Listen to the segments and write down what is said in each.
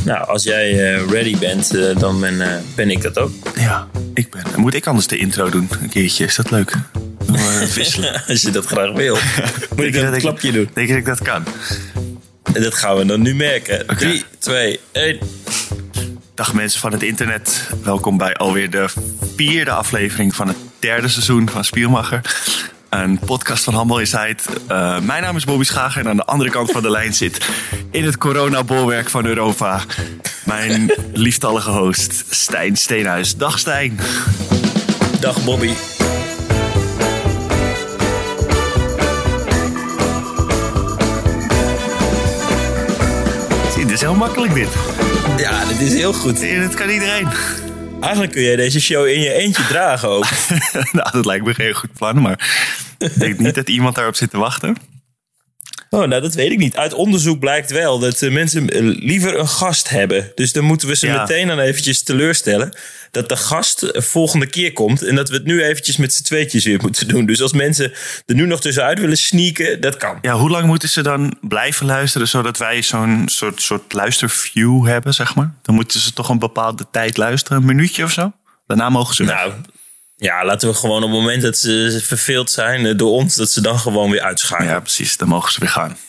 Nou, als jij ready bent, dan ben ik dat ook. Ja, ik ben. Moet ik anders de intro doen? Een keertje, is dat leuk? Wisselen. Als je dat graag wil. Moet ik een klapje doen? Denk je dat ik dat kan? En dat gaan we dan nu merken. Okay. 3, 2, 1. Dag mensen van het internet. Welkom bij alweer de 4e aflevering van het 3e seizoen van Spielmacher. Een podcast van Handbal Inside. Mijn naam is Bobby Schager en aan de andere kant van de lijn zit in het coronabolwerk van Europa mijn lieftallige host Stijn Steenhuis. Dag Stijn. Dag Bobby. Dit is heel makkelijk dit. Ja, dit is heel goed. Dat kan iedereen. Eigenlijk kun jij deze show in je eentje dragen ook. Nou, dat lijkt me geen goed plan, maar ik denk niet dat iemand daarop zit te wachten. Oh, nou, dat weet ik niet. Uit onderzoek blijkt wel dat mensen liever een gast hebben. Dus dan moeten we ze meteen dan eventjes teleurstellen. Dat de gast volgende keer komt. En dat we het nu eventjes met z'n tweetjes weer moeten doen. Dus als mensen er nu nog tussenuit willen sneaken, dat kan. Ja, hoe lang moeten ze dan blijven luisteren, zodat wij zo'n soort luisterview hebben, zeg maar? Dan moeten ze toch een bepaalde tijd luisteren, een minuutje of zo? Daarna mogen ze weg. Nou, ja, laten we gewoon op het moment dat ze verveeld zijn door ons, dat ze dan gewoon weer uitschakelen. Ja, precies. Dan mogen ze weer gaan.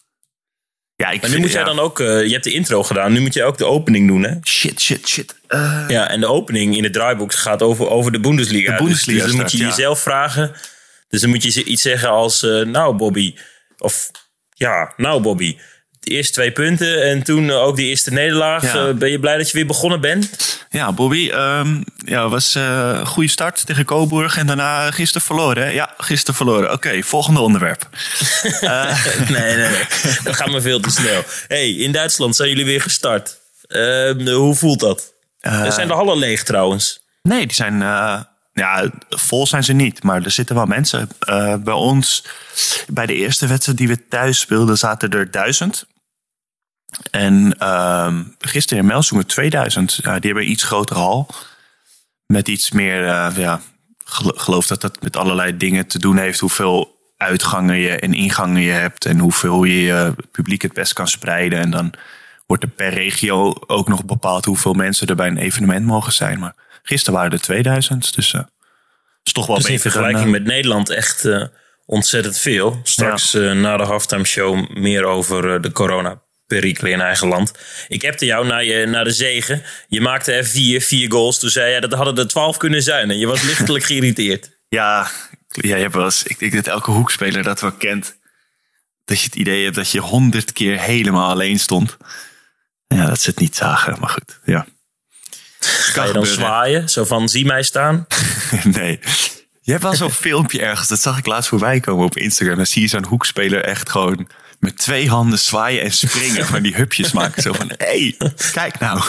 Ja, maar nu moet jij dan ook, je hebt de intro gedaan, nu moet jij ook de opening doen, hè? Shit. Ja, en de opening in het draaiboek gaat over de Bundesliga. De Bundesliga dus dan moet je jezelf vragen. Dus dan moet je iets zeggen als, nou Bobby. Of, ja, nou Bobby. De eerste 2 punten en toen ook de eerste nederlaag. Ja. Ben je blij dat je weer begonnen bent? Ja, Bobby. Was een goede start tegen Coburg en daarna gisteren verloren. Hè? Ja, gisteren verloren. Oké, volgende onderwerp. Nee. Dat gaat me veel te snel. Hey, in Duitsland zijn jullie weer gestart. Hoe voelt dat? Zijn de hallen leeg trouwens? Nee, die zijn... vol zijn ze niet, maar er zitten wel mensen. Bij ons, bij de eerste wedstrijd die we thuis speelden, zaten er 1000. En gisteren in Melsungen 2000. Die hebben een iets grotere hal. Met iets meer, geloof dat dat met allerlei dingen te doen heeft. Hoeveel uitgangen je en ingangen je hebt. En hoeveel je publiek het best kan spreiden. En dan wordt er per regio ook nog bepaald hoeveel mensen er bij een evenement mogen zijn. Maar gisteren waren er 2000, dus is toch wel dus beter. In vergelijking met Nederland echt ontzettend veel. Straks na de halftime show meer over de coronaperikelen in eigen land. Ik appte jou na de zege. Je maakte er 4 goals. Toen zei je dat hadden er 12 kunnen zijn. En je was lichtelijk geïrriteerd. Ja, je hebt wel eens. Ik denk dat elke hoekspeler dat wel kent. Dat je het idee hebt dat je 100 keer helemaal alleen stond. Ja, dat ze het niet zagen, maar goed, ja. Ga je dan zwaaien? Zo van, zie mij staan? Nee. Je hebt wel zo'n filmpje ergens. Dat zag ik laatst voorbij komen op Instagram. Dan zie je zo'n hoekspeler echt gewoon met 2 handen zwaaien en springen. Van die hupjes maken. Zo van, hey, kijk nou.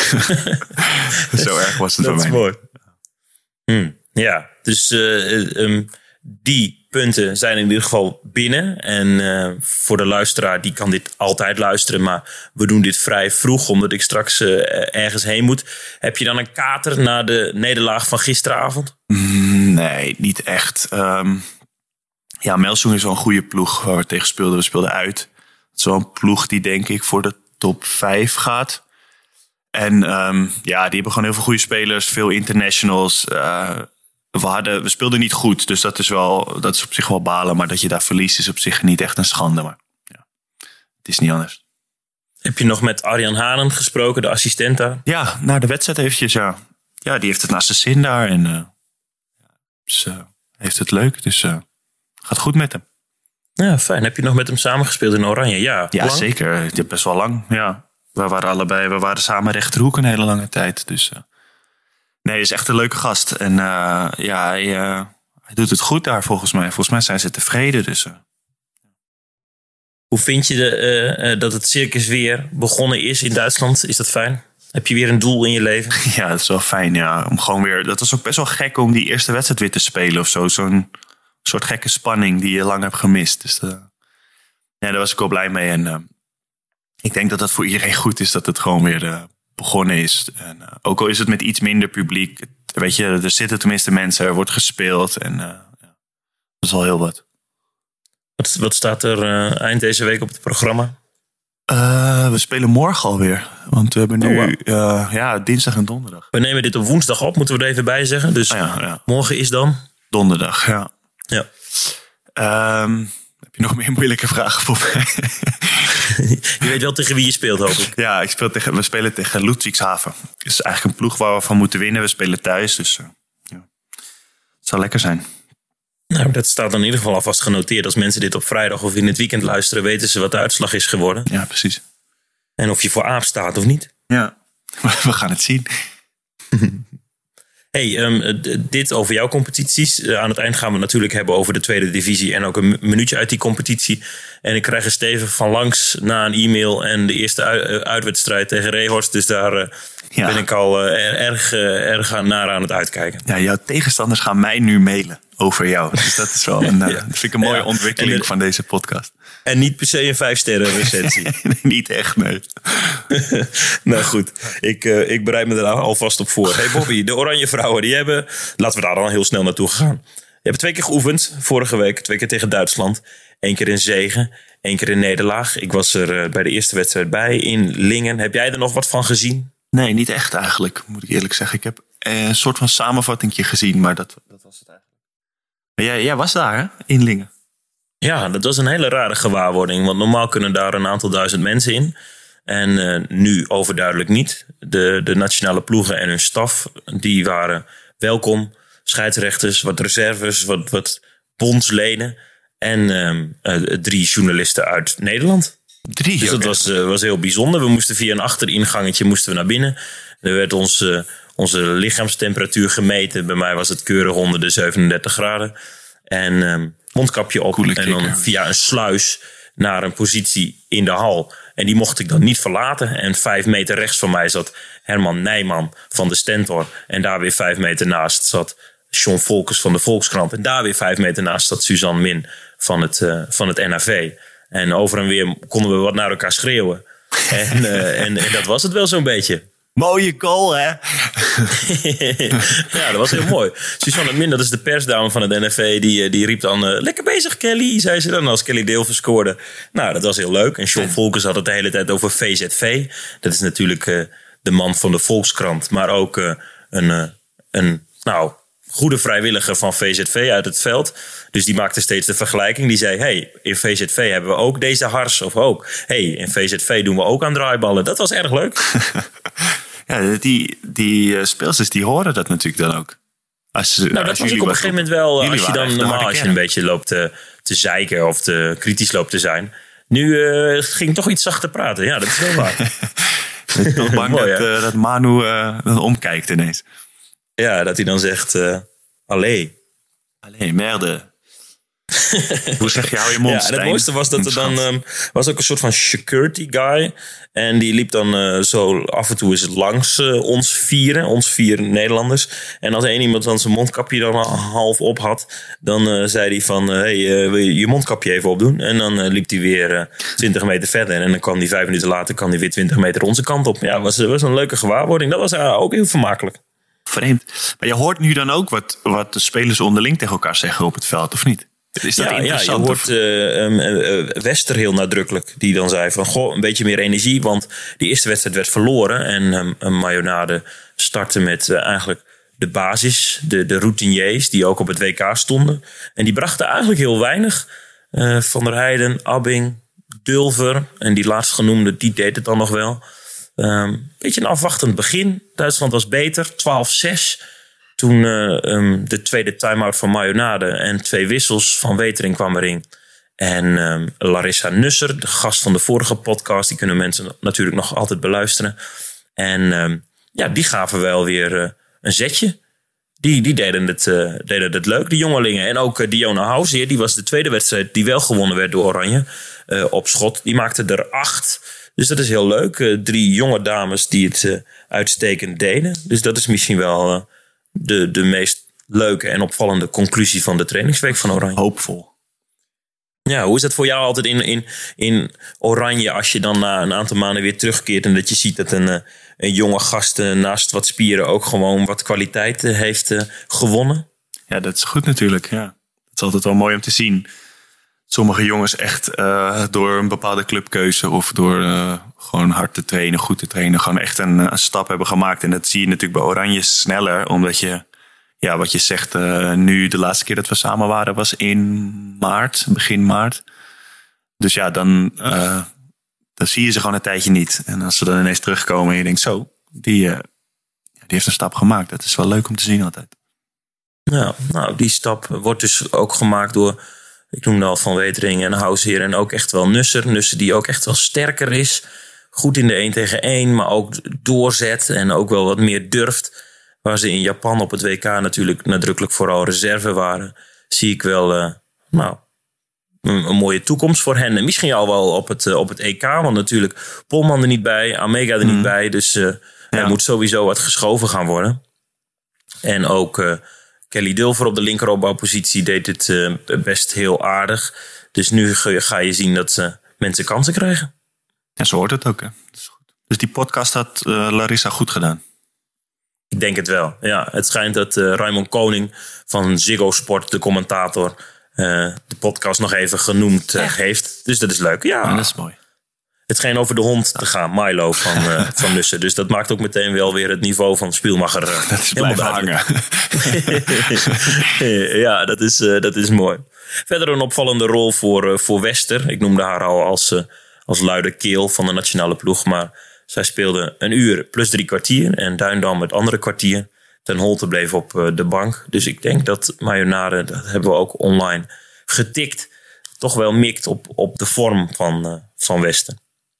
Zo erg was het voor mij. Dat is mooi. Ja, dus die punten zijn in ieder geval binnen. En voor de luisteraar, die kan dit altijd luisteren. Maar we doen dit vrij vroeg, omdat ik straks ergens heen moet. Heb je dan een kater na de nederlaag van gisteravond? Nee, niet echt. Melsungen is wel een goede ploeg waar we tegen speelden. We speelden uit. Het is wel een ploeg die denk ik voor de top 5 gaat. En die hebben gewoon heel veel goede spelers. Veel internationals. We speelden niet goed, dus dat is op zich wel balen. Maar dat je daar verliest is op zich niet echt een schande. Maar ja, het is niet anders. Heb je nog met Arjan Haren gesproken, de assistent daar? Ja, na de wedstrijd eventjes, ja. Ja, die heeft het naast zijn zin daar. En heeft het leuk, dus gaat goed met hem. Ja, fijn. Heb je nog met hem samengespeeld in Oranje? Ja, zeker. Best wel lang, ja. We waren samen rechterhoek een hele lange tijd, dus... Nee, hij is echt een leuke gast. En hij doet het goed daar volgens mij. Volgens mij zijn ze tevreden. Dus. Hoe vind je dat het circus weer begonnen is in Duitsland? Is dat fijn? Heb je weer een doel in je leven? Ja, dat is wel fijn. Ja. Om gewoon weer. Dat was ook best wel gek om die eerste wedstrijd weer te spelen of zo. Zo'n soort gekke spanning die je lang hebt gemist. Dus daar was ik wel blij mee. En ik denk dat dat voor iedereen goed is dat het gewoon weer begonnen is. En ook al is het met iets minder publiek. Weet je, er zitten tenminste mensen, er wordt gespeeld. En dat is al heel wat. Wat staat er eind deze week op het programma? We spelen morgen alweer. Want we hebben nu dinsdag en donderdag. We nemen dit op woensdag op, moeten we er even bij zeggen. Dus morgen is dan? Donderdag, ja. Ja. Heb je nog meer moeilijke vragen voor mij? Je weet wel tegen wie je speelt, hoop ik. Ja, we spelen tegen Ludwigshaven. Het is eigenlijk een ploeg waar we van moeten winnen. We spelen thuis, dus het zal lekker zijn. Nou, dat staat dan in ieder geval alvast genoteerd. Als mensen dit op vrijdag of in het weekend luisteren, weten ze wat de uitslag is geworden. Ja, precies. En of je voor Aap staat of niet. Ja, we gaan het zien. Hey, dit over jouw competities. Aan het eind gaan we het natuurlijk hebben over de tweede divisie en ook een minuutje uit die competitie. En ik krijg een Steven van langs na een e-mail en de eerste uitwedstrijd tegen Rehorst. Dus daar ben ik al erg naar aan het uitkijken. Ja, jouw tegenstanders gaan mij nu mailen over jou. Dus dat is wel dat vind ik een mooie ontwikkeling van deze podcast. En niet per se een 5-sterren recensie. Nee, niet echt, nee. Nou goed, ik bereid me er alvast op voor. Hey Bobby, de Oranje Vrouwen, die hebben... Laten we daar dan heel snel naartoe gaan. Die hebben 2 keer geoefend, vorige week. 2 keer tegen Duitsland. 1 keer in zege, 1 keer in nederlaag. Ik was er bij de eerste wedstrijd bij in Lingen. Heb jij er nog wat van gezien? Nee, niet echt eigenlijk, moet ik eerlijk zeggen. Ik heb een soort van samenvattingje gezien, maar dat was het eigenlijk. Maar jij was daar, hè? In Lingen. Ja, dat was een hele rare gewaarwording. Want normaal kunnen daar een aantal duizend mensen in. En nu overduidelijk niet. De nationale ploegen en hun staf, die waren welkom. Scheidsrechters, wat reserves, wat bondsleden. En 3 journalisten uit Nederland. 3? Dus dat was heel bijzonder. We moesten via een achteringangetje naar binnen. Er werd onze lichaamstemperatuur gemeten. Bij mij was het keurig onder de 37 graden. En mondkapje op. En dan via een sluis naar een positie in de hal. En die mocht ik dan niet verlaten. En 5 meter rechts van mij zat Herman Nijman van de Stentor. En daar weer 5 meter naast zat John Volkers van de Volkskrant. En daar weer 5 meter naast zat Suzanne Min van het NAV. En over en weer konden we wat naar elkaar schreeuwen. En dat was het wel zo'n beetje. Mooie goal, hè? Ja, dat was heel mooi. Suzanne Min, dat is de persdame van het NFV, die riep dan... lekker bezig, Kelly, zei ze dan als Kelly Deelver scoorde. Nou, dat was heel leuk. En John Volkers had het de hele tijd over VZV. Dat is natuurlijk de man van de Volkskrant. Maar ook een goede vrijwilliger van VZV uit het veld. Dus die maakte steeds de vergelijking. Die zei, hey, in VZV hebben we ook deze hars. Of ook, hey, in VZV doen we ook aan draaiballen. Dat was erg leuk. Ja, die speelsters die horen dat natuurlijk dan ook. Dat was ik op een gegeven moment wel. Als je dan normaal als je een beetje loopt te zeiken of te kritisch loopt te zijn. Nu ging ik toch iets zachter praten. Ja, dat is wel waar. Ik ben toch bang mooi, dat Manu dan omkijkt ineens. Ja, dat hij dan zegt, allee, merde. Hoe zeg je, hou je mond, ja, en het mooiste was dat er dan was ook een soort van security guy. En die liep dan zo af en toe eens langs ons 4 Nederlanders. En als één iemand dan zijn mondkapje dan half op had, dan zei hij van, wil je je mondkapje even opdoen? En dan liep hij weer 20 meter verder. En dan kwam hij 5 minuten later weer 20 meter onze kant op. Ja, was een leuke gewaarwording. Dat was ook heel vermakelijk. Vreemd. Maar je hoort nu dan ook wat de spelers onderling tegen elkaar zeggen op het veld, of niet? Is dat interessant? Ja, je hoort Wester heel nadrukkelijk. Die dan zei van, een beetje meer energie. Want die eerste wedstrijd werd verloren. En Mayonade startte met eigenlijk de basis. De routiniers die ook op het WK stonden. En die brachten eigenlijk heel weinig. Van der Heijden, Abbing, Dulver. En die laatstgenoemde, die deed het dan nog wel. Beetje een afwachtend begin. Duitsland was beter, 12-6. Toen de tweede time-out van Mayonade en 2 wissels van Wetering kwam erin. En Larissa Nusser, de gast van de vorige podcast, die kunnen mensen natuurlijk nog altijd beluisteren. En die gaven wel weer een zetje. Die deden het leuk, de jongelingen. En ook Diona Househeer, die was de tweede wedstrijd die wel gewonnen werd door Oranje op schot. Die maakte er 8. Dus dat is heel leuk. 3 jonge dames die het uitstekend deden. Dus dat is misschien wel de meest leuke en opvallende conclusie van de trainingsweek van Oranje. Hoopvol. Ja, hoe is dat voor jou altijd in Oranje als je dan na een aantal maanden weer terugkeert en dat je ziet dat een jonge gast naast wat spieren ook gewoon wat kwaliteit heeft gewonnen? Ja, dat is goed natuurlijk. Ja. Het is altijd wel mooi om te zien. sommige jongens echt door een bepaalde clubkeuze of door gewoon hard te trainen, goed te trainen, gewoon echt een stap hebben gemaakt. En dat zie je natuurlijk bij Oranje sneller, omdat je, ja, wat je zegt, nu de laatste keer dat we samen waren was in maart, begin maart. Dus ja, dan zie je ze gewoon een tijdje niet. En als ze dan ineens terugkomen en je denkt zo, die heeft een stap gemaakt. Dat is wel leuk om te zien altijd. Ja, nou, die stap wordt dus ook gemaakt door, ik noemde al Van Wetering en Househeer en ook echt wel Nusser. Nusser die ook echt wel sterker is. Goed in de 1 tegen 1, maar ook doorzet en ook wel wat meer durft. Waar ze in Japan op het WK natuurlijk nadrukkelijk vooral reserve waren. Zie ik wel een mooie toekomst voor hen. En misschien al wel op het EK, want natuurlijk Polman er niet bij, Amega er niet bij. Dus er moet sowieso wat geschoven gaan worden. En ook Kelly Dulfer op de linkeropbouwpositie deed het best heel aardig. Dus nu ga je zien dat mensen kansen krijgen. Ja, zo hoort het ook. Hè? Dat is goed. Dus die podcast had Larissa goed gedaan. Ik denk het wel. Ja, het schijnt dat Raymond Koning van Ziggo Sport, de commentator, de podcast nog even genoemd heeft. Dus dat is leuk. Ja, dat is mooi. Het scheen over de hond te gaan, Milo van Nussen. Dus dat maakt ook meteen wel weer het niveau van Spielmacher dat is blijven hangen. Ja, dat is mooi. Verder een opvallende rol voor Wester. Ik noemde haar al als luide keel van de nationale ploeg. Maar zij speelde 1 uur plus 3 kwartier. En Duindam het andere kwartier. Ten Holte bleef op de bank. Dus ik denk dat Mayonnaire, dat hebben we ook online getikt, toch wel mikt op de vorm van Wester.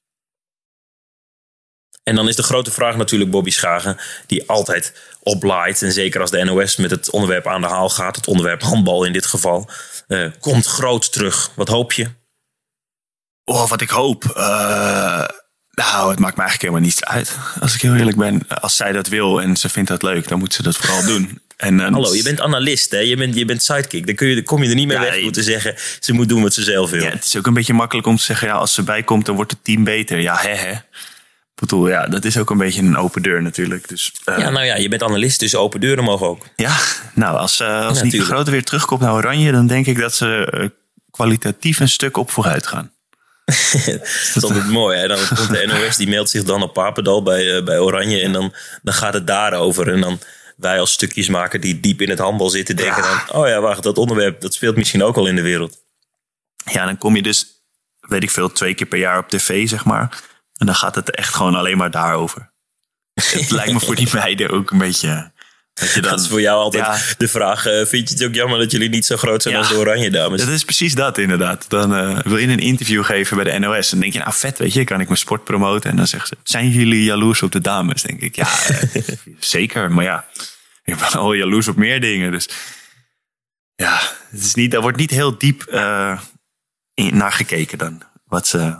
En dan is de grote vraag natuurlijk Bobby Schagen, die altijd oplaait. En zeker als de NOS met het onderwerp aan de haal gaat, het onderwerp handbal in dit geval, komt groot terug. Wat hoop je? Oh, wat ik hoop? Nou, het maakt me eigenlijk helemaal niets uit. Als ik heel eerlijk ben, als zij dat wil en ze vindt dat leuk, dan moet ze dat vooral doen. En, hallo, je bent analist, hè? Je bent sidekick. Dan kom je er niet mee weg om te zeggen, ze moet doen wat ze zelf wil. Ja, het is ook een beetje makkelijk om te zeggen, ja, als ze bijkomt, dan wordt het team beter. Ja, hè. Ik bedoel, ja, dat is ook een beetje een open deur natuurlijk. Dus, je bent analist, dus open deuren mogen ook. Ja, nou, als Nieke Grote weer terugkomt naar Oranje, dan denk ik dat ze kwalitatief een stuk op vooruit gaan. Dat is altijd mooi. Hè? Dan komt de NOS, die meldt zich dan op Papendal bij Oranje. En dan gaat het daarover. En dan wij als stukjesmaker die diep in het handbal zitten, denken dan, oh ja, wacht, dat onderwerp, dat speelt misschien ook al in de wereld. Ja, dan kom je dus, weet ik veel, 2 keer per jaar op tv, zeg maar. En dan gaat het echt gewoon alleen maar daarover. Het lijkt me voor die meiden ook een beetje. Dat is voor jou altijd de vraag. Vind je het ook jammer dat jullie niet zo groot zijn als de Oranje dames? Dat is precies dat inderdaad. Dan wil je een interview geven bij de NOS. En dan denk je, nou vet, weet je, kan ik mijn sport promoten? En dan zeggen ze, zijn jullie jaloers op de dames? Denk ik, ja, zeker. Maar ja, ik ben al jaloers op meer dingen. Dus ja, daar wordt niet heel diep naar gekeken dan. Wat ze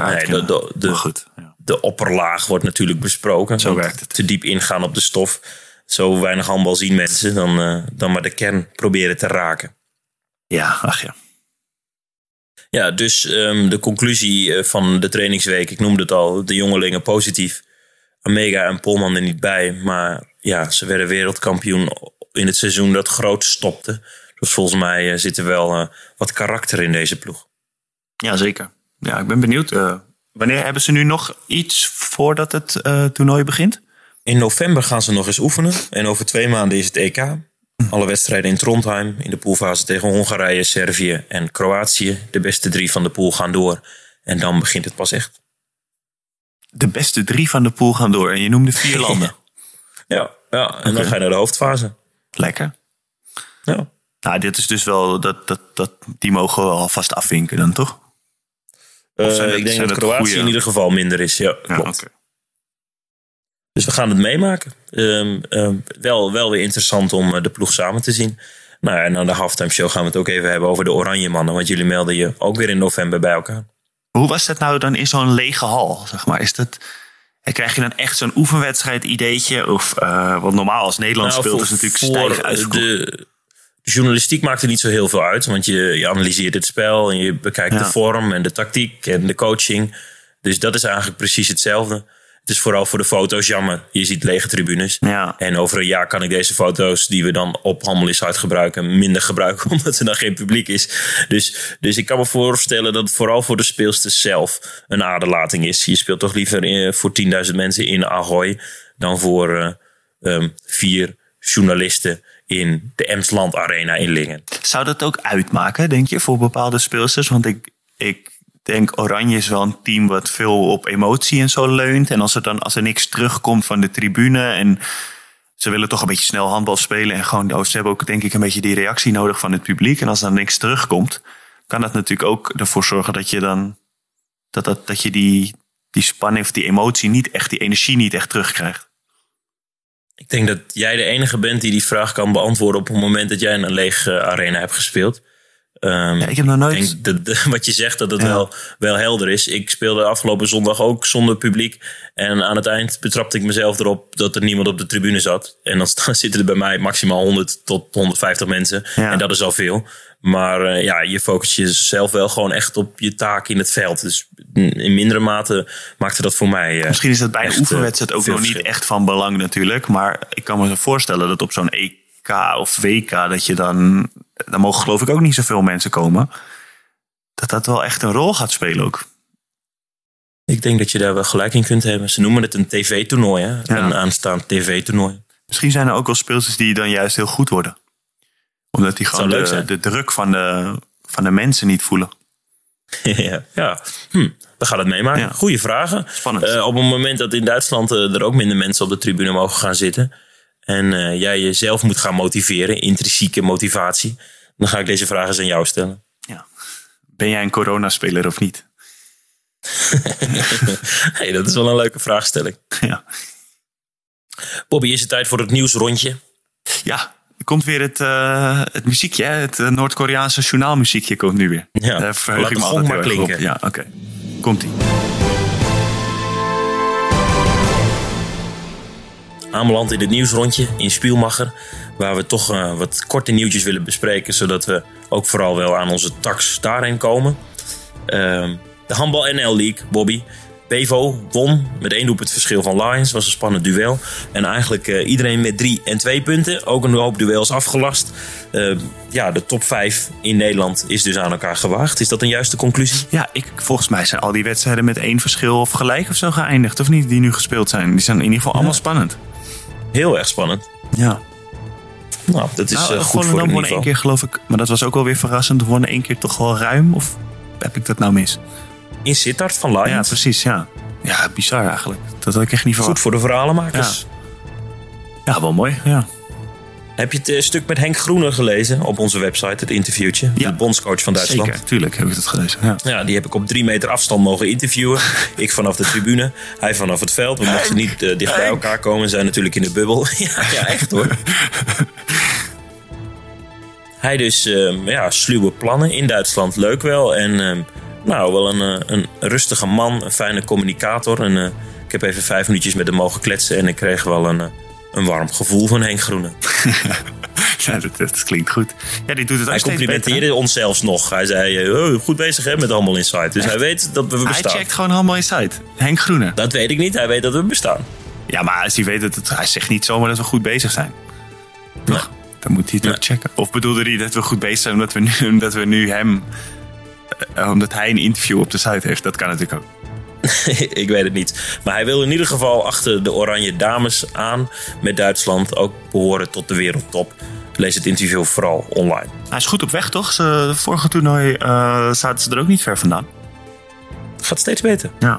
de opperlaag wordt natuurlijk besproken. Zo werkt het. Te diep ingaan op de stof. Zo weinig handbal zien mensen dan maar de kern proberen te raken. Ja, ach ja. Ja, dus de conclusie van de trainingsweek. Ik noemde het al, de jongelingen positief. Amega en Polman er niet bij. Maar ja, ze werden wereldkampioen in het seizoen dat groot stopte. Dus volgens mij zit er wel wat karakter in deze ploeg. Ja, zeker. Ja, ik ben benieuwd. Wanneer hebben ze nu nog iets voordat het toernooi begint? In november gaan ze nog eens oefenen. En over 2 maanden is het EK. Alle wedstrijden in Trondheim. In de poolfase tegen Hongarije, Servië en Kroatië. De beste 3 van de pool gaan door. En dan begint het pas echt. De beste 3 van de pool gaan door. En je noemde 4 landen. Ja, en dan ga je naar de hoofdfase. Lekker. Ja. Nou, dit is dus wel, die mogen we alvast afvinken dan, toch? Ik denk dat Kroatië in ieder geval minder is. Ja, klopt. Okay. Dus we gaan het meemaken. Wel weer interessant om de ploeg samen te zien. Nou ja, en aan de halftime show gaan we het ook even hebben over de Oranje mannen. Want jullie melden je ook weer in november bij elkaar. Hoe was dat nou dan in zo'n lege hal? Zeg maar? Krijg je dan echt zo'n oefenwedstrijd ideetje? Of, want normaal als Nederland speelt is natuurlijk stijf uitverkocht. De journalistiek maakt er niet zo heel veel uit. Want je analyseert het spel en je bekijkt de vorm en de tactiek en de coaching. Dus dat is eigenlijk precies hetzelfde. Het is vooral voor de foto's jammer. Je ziet lege tribunes. Ja. En over een jaar kan ik deze foto's die we dan op Handbal Insight gebruiken minder gebruiken. Omdat er dan geen publiek is. Dus ik kan me voorstellen dat het vooral voor de speelsters zelf een aderlating is. Je speelt toch liever voor 10.000 mensen in Ahoy dan voor 4 journalisten in de Emsland Arena in Lingen. Zou dat ook uitmaken, denk je, voor bepaalde speelsters? Want ik denk Oranje is wel een team wat veel op emotie en zo leunt. En als er niks terugkomt van de tribune en ze willen toch een beetje snel handbal spelen en gewoon, ze hebben ook denk ik een beetje die reactie nodig van het publiek. En als er niks terugkomt, kan dat natuurlijk ook ervoor zorgen dat je dan dat je die spanning of die emotie niet echt, die energie niet echt terugkrijgt. Ik denk dat jij de enige bent die vraag kan beantwoorden op het moment dat jij in een lege arena hebt gespeeld. Ik heb nog nooit... Ik denk dat wat je zegt, dat het wel helder is. Ik speelde afgelopen zondag ook zonder publiek. En aan het eind betrapte ik mezelf erop dat er niemand op de tribune zat. En dan zitten er bij mij maximaal 100 tot 150 mensen. Ja. En dat is al veel. Maar je focust jezelf wel gewoon echt op je taak in het veld. Dus in mindere mate maakte dat voor mij misschien is dat bij een oefenwedstrijd ook nog niet echt van belang natuurlijk. Maar ik kan me voorstellen dat op zo'n EK of WK dat je dan mogen geloof ik ook niet zoveel mensen komen. Dat wel echt een rol gaat spelen ook. Ik denk dat je daar wel gelijk in kunt hebben. Ze noemen het een tv-toernooi, hè? Ja. Een aanstaand tv-toernooi. Misschien zijn er ook wel speelsters die dan juist heel goed worden. Omdat die gewoon de druk van de mensen niet voelen. ja. Dan gaat het meemaken. Ja. Goeie vragen. Spannend. Op het moment dat in Duitsland er ook minder mensen op de tribune mogen gaan zitten. En jij jezelf moet gaan motiveren. Intrinsieke motivatie. Dan ga ik deze vragen eens aan jou stellen. Ja. Ben jij een coronaspeler of niet? Hey, dat is wel een leuke vraagstelling. Ja. Bobby, is het tijd voor het nieuwsrondje? Ja, er komt weer het muziekje. Het Noord-Koreaanse journaalmuziekje komt nu weer. Ja, laat het gewoon maar klinken. Ja, oké. Komt-ie. Aanbeland in het nieuwsrondje in Spielmacher. Waar we toch wat korte nieuwtjes willen bespreken. Zodat we ook vooral wel aan onze tax daarheen komen. De Handbal NL League, Bobby. Bevo won met 1 doelpunt verschil van Lions. Was een spannend duel. En eigenlijk iedereen met 3 en 2 punten. Ook een hoop duels afgelast. De top 5 in Nederland is dus aan elkaar gewaagd. Is dat een juiste conclusie? Ja, volgens mij zijn al die wedstrijden met 1 verschil of gelijk of zo geëindigd. Of niet, die nu gespeeld zijn. Die zijn in ieder geval allemaal spannend. Heel erg spannend. Ja. Nou, dat is goed voor in ieder geval. 1 keer geloof ik. Maar dat was ook wel weer verrassend. Wonnen 1 keer toch wel ruim? Of heb ik dat nou mis? In Sittard van Lions. Ja, precies, ja. Ja, bizar eigenlijk. Dat had ik echt niet verwacht. Goed voor de verhalenmakers. Ja, wel mooi, ja. Heb je het stuk met Henk Groener gelezen op onze website, het interviewtje? Ja. De bondscoach van Duitsland. Zeker, tuurlijk heb ik het gelezen. Ja, die heb ik op 3 meter afstand mogen interviewen. Ik vanaf de tribune, hij vanaf het veld. We mochten niet dicht bij elkaar komen, zijn natuurlijk in de bubbel. ja, echt hoor. Hij dus, sluwe plannen in Duitsland. Leuk wel. En wel een rustige man, een fijne communicator. En ik heb even 5 minuutjes met hem mogen kletsen. En ik kreeg wel een warm gevoel van Henk Groene. Ja, dat klinkt goed. Ja, die doet het. Hij complimenteerde ons zelfs nog. Hij zei, goed bezig hè, met Handbal Insight. Dus hij weet dat we bestaan. Hij checkt gewoon Handbal Insight. Henk Groene. Dat weet ik niet. Hij weet dat we bestaan. Ja, maar als hij weet hij zegt niet zomaar dat we goed bezig zijn. Toch? Dan moet hij het ook checken. Of bedoelde hij dat we goed bezig zijn omdat we nu hem... omdat hij een interview op de site heeft. Dat kan natuurlijk ook. Ik weet het niet. Maar hij wil in ieder geval achter de Oranje Dames aan met Duitsland ook behoren tot de wereldtop. Lees het interview vooral online. Hij is goed op weg, toch? De vorige toernooi zaten ze er ook niet ver vandaan. Gaat steeds beter. Ja.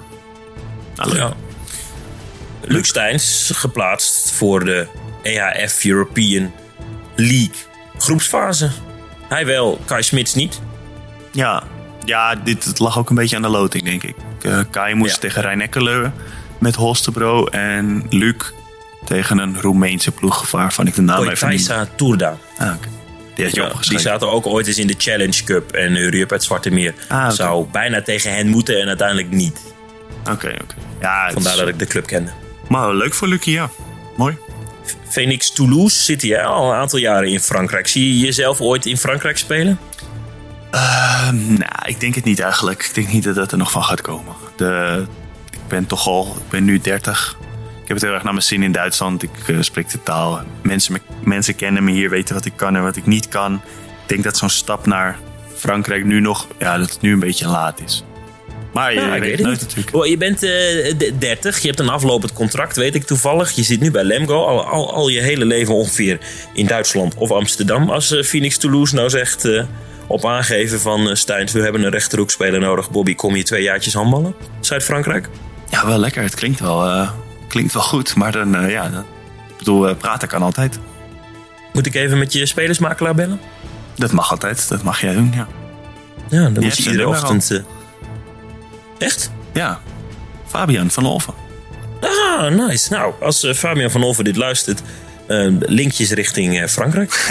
Luc Steins geplaatst voor de EHF European League groepsfase. Hij wel, Kai Smits niet. Ja, dit lag ook een beetje aan de loting, denk ik. Kai moest tegen Rhein-Neckar met Holstebro. En Luc tegen een Roemeense ploeg waarvan ik de naam even niet... Poitaisa Turda. Okay. Die had je opgeschreven. Die zaten ook ooit eens in de Challenge Cup. En Hurry-up uit Zwarte Meer zou bijna tegen hen moeten en uiteindelijk niet. Oké. Ja, vandaar dat ik de club kende. Maar leuk voor Lucie, ja. Mooi. Phoenix Toulouse zit hij al een aantal jaren in Frankrijk. Zie je jezelf ooit in Frankrijk spelen? Ik denk het niet eigenlijk. Ik denk niet dat er nog van gaat komen. Ik ben nu 30. Ik heb het heel erg naar mijn zin in Duitsland. Ik spreek de taal. Mensen kennen me hier, weten wat ik kan en wat ik niet kan. Ik denk dat zo'n stap naar Frankrijk dat het nu een beetje laat is. Maar je weet het nooit natuurlijk. Oh, je bent 30, je hebt een aflopend contract, weet ik toevallig. Je zit nu bij Lemgo, al je hele leven ongeveer in Duitsland of Amsterdam. Als Phoenix Toulouse nou zegt op aangeven van Steins, we hebben een rechterhoekspeler nodig. Bobby, kom je 2 jaartjes handballen? Zuid-Frankrijk? Ja, wel lekker. Het klinkt wel goed. Maar dan, praten kan altijd. Moet ik even met je spelersmakelaar bellen? Dat mag altijd. Dat mag jij doen, ja. Ja, dan moet je iedere ochtend... Echt? Ja. Fabian van Olven. Ah, nice. Nou, als Fabian van Olven dit luistert... linkjes richting Frankrijk.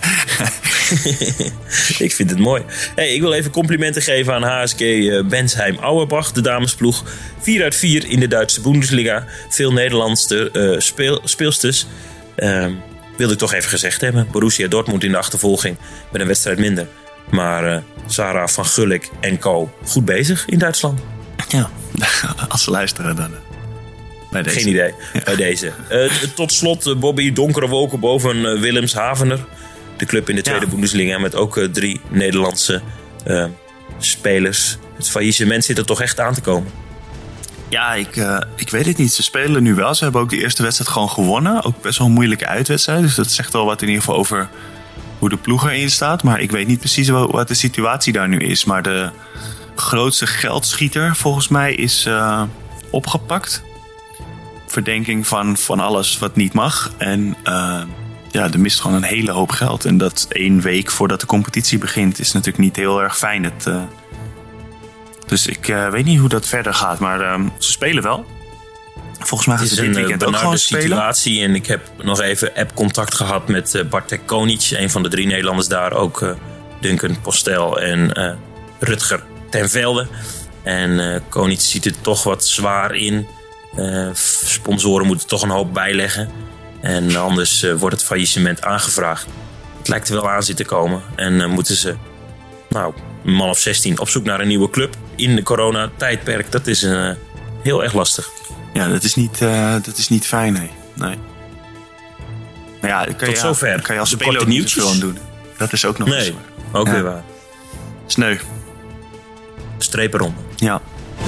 Ik vind het mooi. Hey, ik wil even complimenten geven aan HSG Bensheim-Auerbach, de damesploeg. 4 uit 4 in de Duitse Bundesliga. Veel Nederlandse speelsters. Wilde ik toch even gezegd hebben. Borussia Dortmund in de achtervolging met een wedstrijd minder. Maar Sarah van Gulik en co. goed bezig in Duitsland. Ja, als ze luisteren dan... Bij deze. Geen idee, ja. Bij deze. Tot slot, Bobby, donkere wolken boven Wilhelmshavener. De club in de tweede Bundesliga met ook 3 Nederlandse spelers. Het faillissement zit er toch echt aan te komen. Ja, ik weet het niet. Ze spelen nu wel. Ze hebben ook de eerste wedstrijd gewoon gewonnen. Ook best wel een moeilijke uitwedstrijd. Dus dat zegt wel wat in ieder geval over hoe de ploeg erin staat. Maar ik weet niet precies wat de situatie daar nu is. Maar de grootste geldschieter volgens mij is opgepakt. Verdenking van alles wat niet mag. En er mist gewoon een hele hoop geld. En dat 1 week voordat de competitie begint is natuurlijk niet heel erg fijn. Dus ik weet niet hoe dat verder gaat. Maar ze spelen wel. Volgens mij gaan ze dit weekend ook gewoon spelen. Situatie. En ik heb nog even app-contact gehad met Bartek Konic. Een van de 3 Nederlanders daar. Ook Duncan Postel en Rutger ten Velde. En Konic ziet het toch wat zwaar in. Sponsoren moeten toch een hoop bijleggen. En anders wordt het faillissement aangevraagd. Het lijkt er wel aan zitten komen. En moeten ze, een man of 16 op zoek naar een nieuwe club in de coronatijdperk. Dat is heel erg lastig. Ja, dat is niet fijn, nee. Maar ja, tot zover. Kan je als speler ook niet veel aan doen. Dat is ook nog eens. Ook weer waar. Sneu. Strepen eronder. Ja.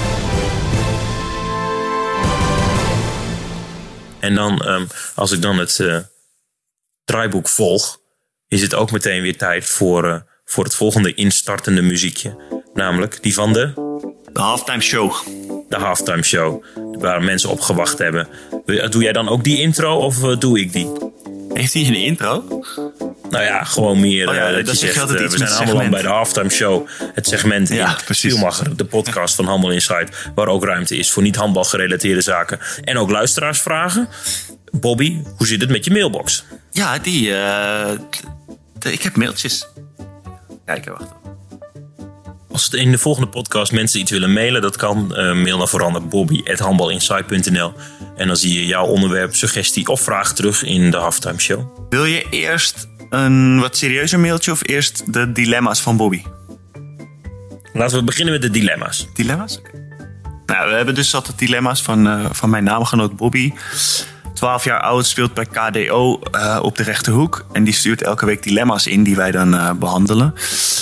En dan, als ik dan het draaiboek volg, is het ook meteen weer tijd voor het volgende instartende muziekje. Namelijk die van de halftime show. De halftime show, waar mensen op gewacht hebben. Doe jij dan ook die intro of doe ik die? Heeft hij een intro? Nou ja, gewoon meer dat je zegt, we zijn allemaal bij de halftime show. Het segment in Spielmacher, de podcast van Handbal Insight. Waar ook ruimte is voor niet handbal gerelateerde zaken. En ook luisteraarsvragen. Bobby, hoe zit het met je mailbox? Ja, ik heb mailtjes. Kijk, wacht. Als in de volgende podcast mensen iets willen mailen, dat kan. Mail dan vooral naar bobby@handbalinsight.nl. En dan zie je jouw onderwerp, suggestie of vraag terug in de halftime show. Wil je eerst een wat serieuzer mailtje of eerst de dilemma's van Bobby? Laten we beginnen met de dilemma's. Dilemma's? Okay. Nou, we hebben dus altijd dilemma's van mijn naamgenoot Bobby. 12 jaar oud, speelt bij KDO op de rechterhoek. En die stuurt elke week dilemma's in die wij dan behandelen.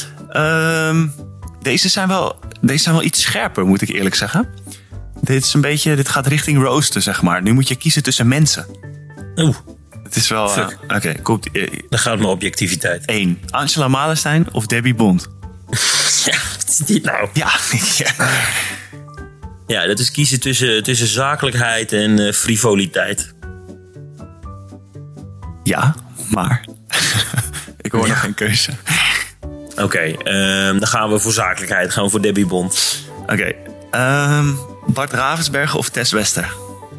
Deze zijn wel iets scherper, moet ik eerlijk zeggen. Dit gaat richting roosten, zeg maar. Nu moet je kiezen tussen mensen. Oeh. Het is wel... Oké, komt... Dan gaat het mijn objectiviteit. 1. Angela Malenstein of Debbie Bond? Ja, wat is dit nou? Ja. Ja, dat is kiezen tussen zakelijkheid en frivoliteit. Ja, maar... ik hoor nog geen keuze. Oké, dan gaan we voor zakelijkheid. Dan gaan we voor Debbie Bond. Oké. Bart Ravensbergen of Tess Wester?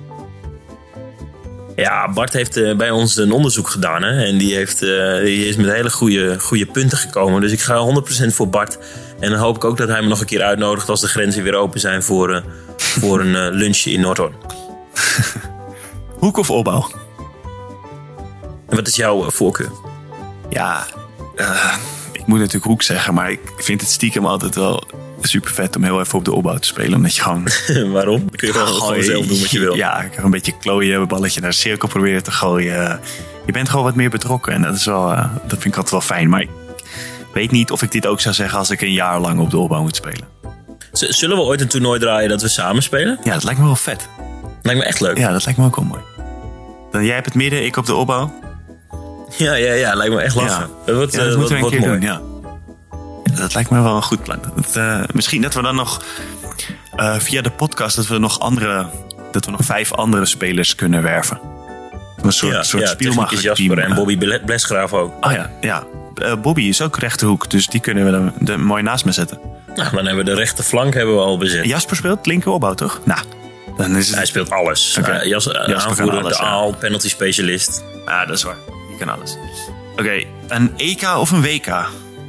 Ja, Bart heeft bij ons een onderzoek gedaan. Hè? En die is met hele goede punten gekomen. Dus ik ga 100% voor Bart. En dan hoop ik ook dat hij me nog een keer uitnodigt als de grenzen weer open zijn voor een lunchje in Noordhoorn. Hoek of opbouw? En wat is jouw voorkeur? Ja, ik moet natuurlijk hoek zeggen, maar ik vind het stiekem altijd wel super vet om heel even op de opbouw te spelen. Omdat je gewoon... Waarom? Dan kun je gewoon zelf doen wat je wil. Ja, ik ga een beetje klooien, een balletje naar de cirkel proberen te gooien. Je bent gewoon wat meer betrokken. En dat is wel, dat vind ik altijd wel fijn. Maar ik weet niet of ik dit ook zou zeggen als ik een jaar lang op de opbouw moet spelen. Zullen we ooit een toernooi draaien dat we samen spelen? Ja, dat lijkt me wel vet. Lijkt me echt leuk. Ja, dat lijkt me ook wel mooi. Dan jij hebt het midden, ik op de opbouw. Ja, lijkt me echt lachen. Ja. Dat moeten we een keer mooi. doen, ja. Dat lijkt me wel een goed plan. Misschien dat we dan nog via de podcast dat we nog 5 andere spelers kunnen werven. Een soort Spielmacher Jasper en Bobby Blesgraaf ook. Oh ja. Bobby is ook rechterhoek, dus die kunnen we er mooi naast me zetten. Nou, dan hebben we de rechterflank al bezet. Jasper speelt linkeropbouw, toch? Nou, dan is het... Hij speelt alles. Okay. Jasper aanvoerder, alles, de aal, penalty specialist. Ja, dat is waar. Je kan alles. Oké, een EK of een WK?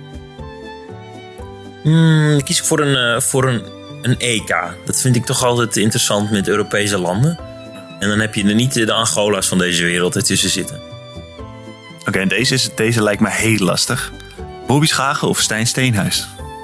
Dan kies ik voor een EK. Dat vind ik toch altijd interessant met Europese landen. En dan heb je er niet de Angola's van deze wereld ertussen zitten. Oké, deze lijkt me heel lastig. Bobby Schagen of Stijn Steenhuis?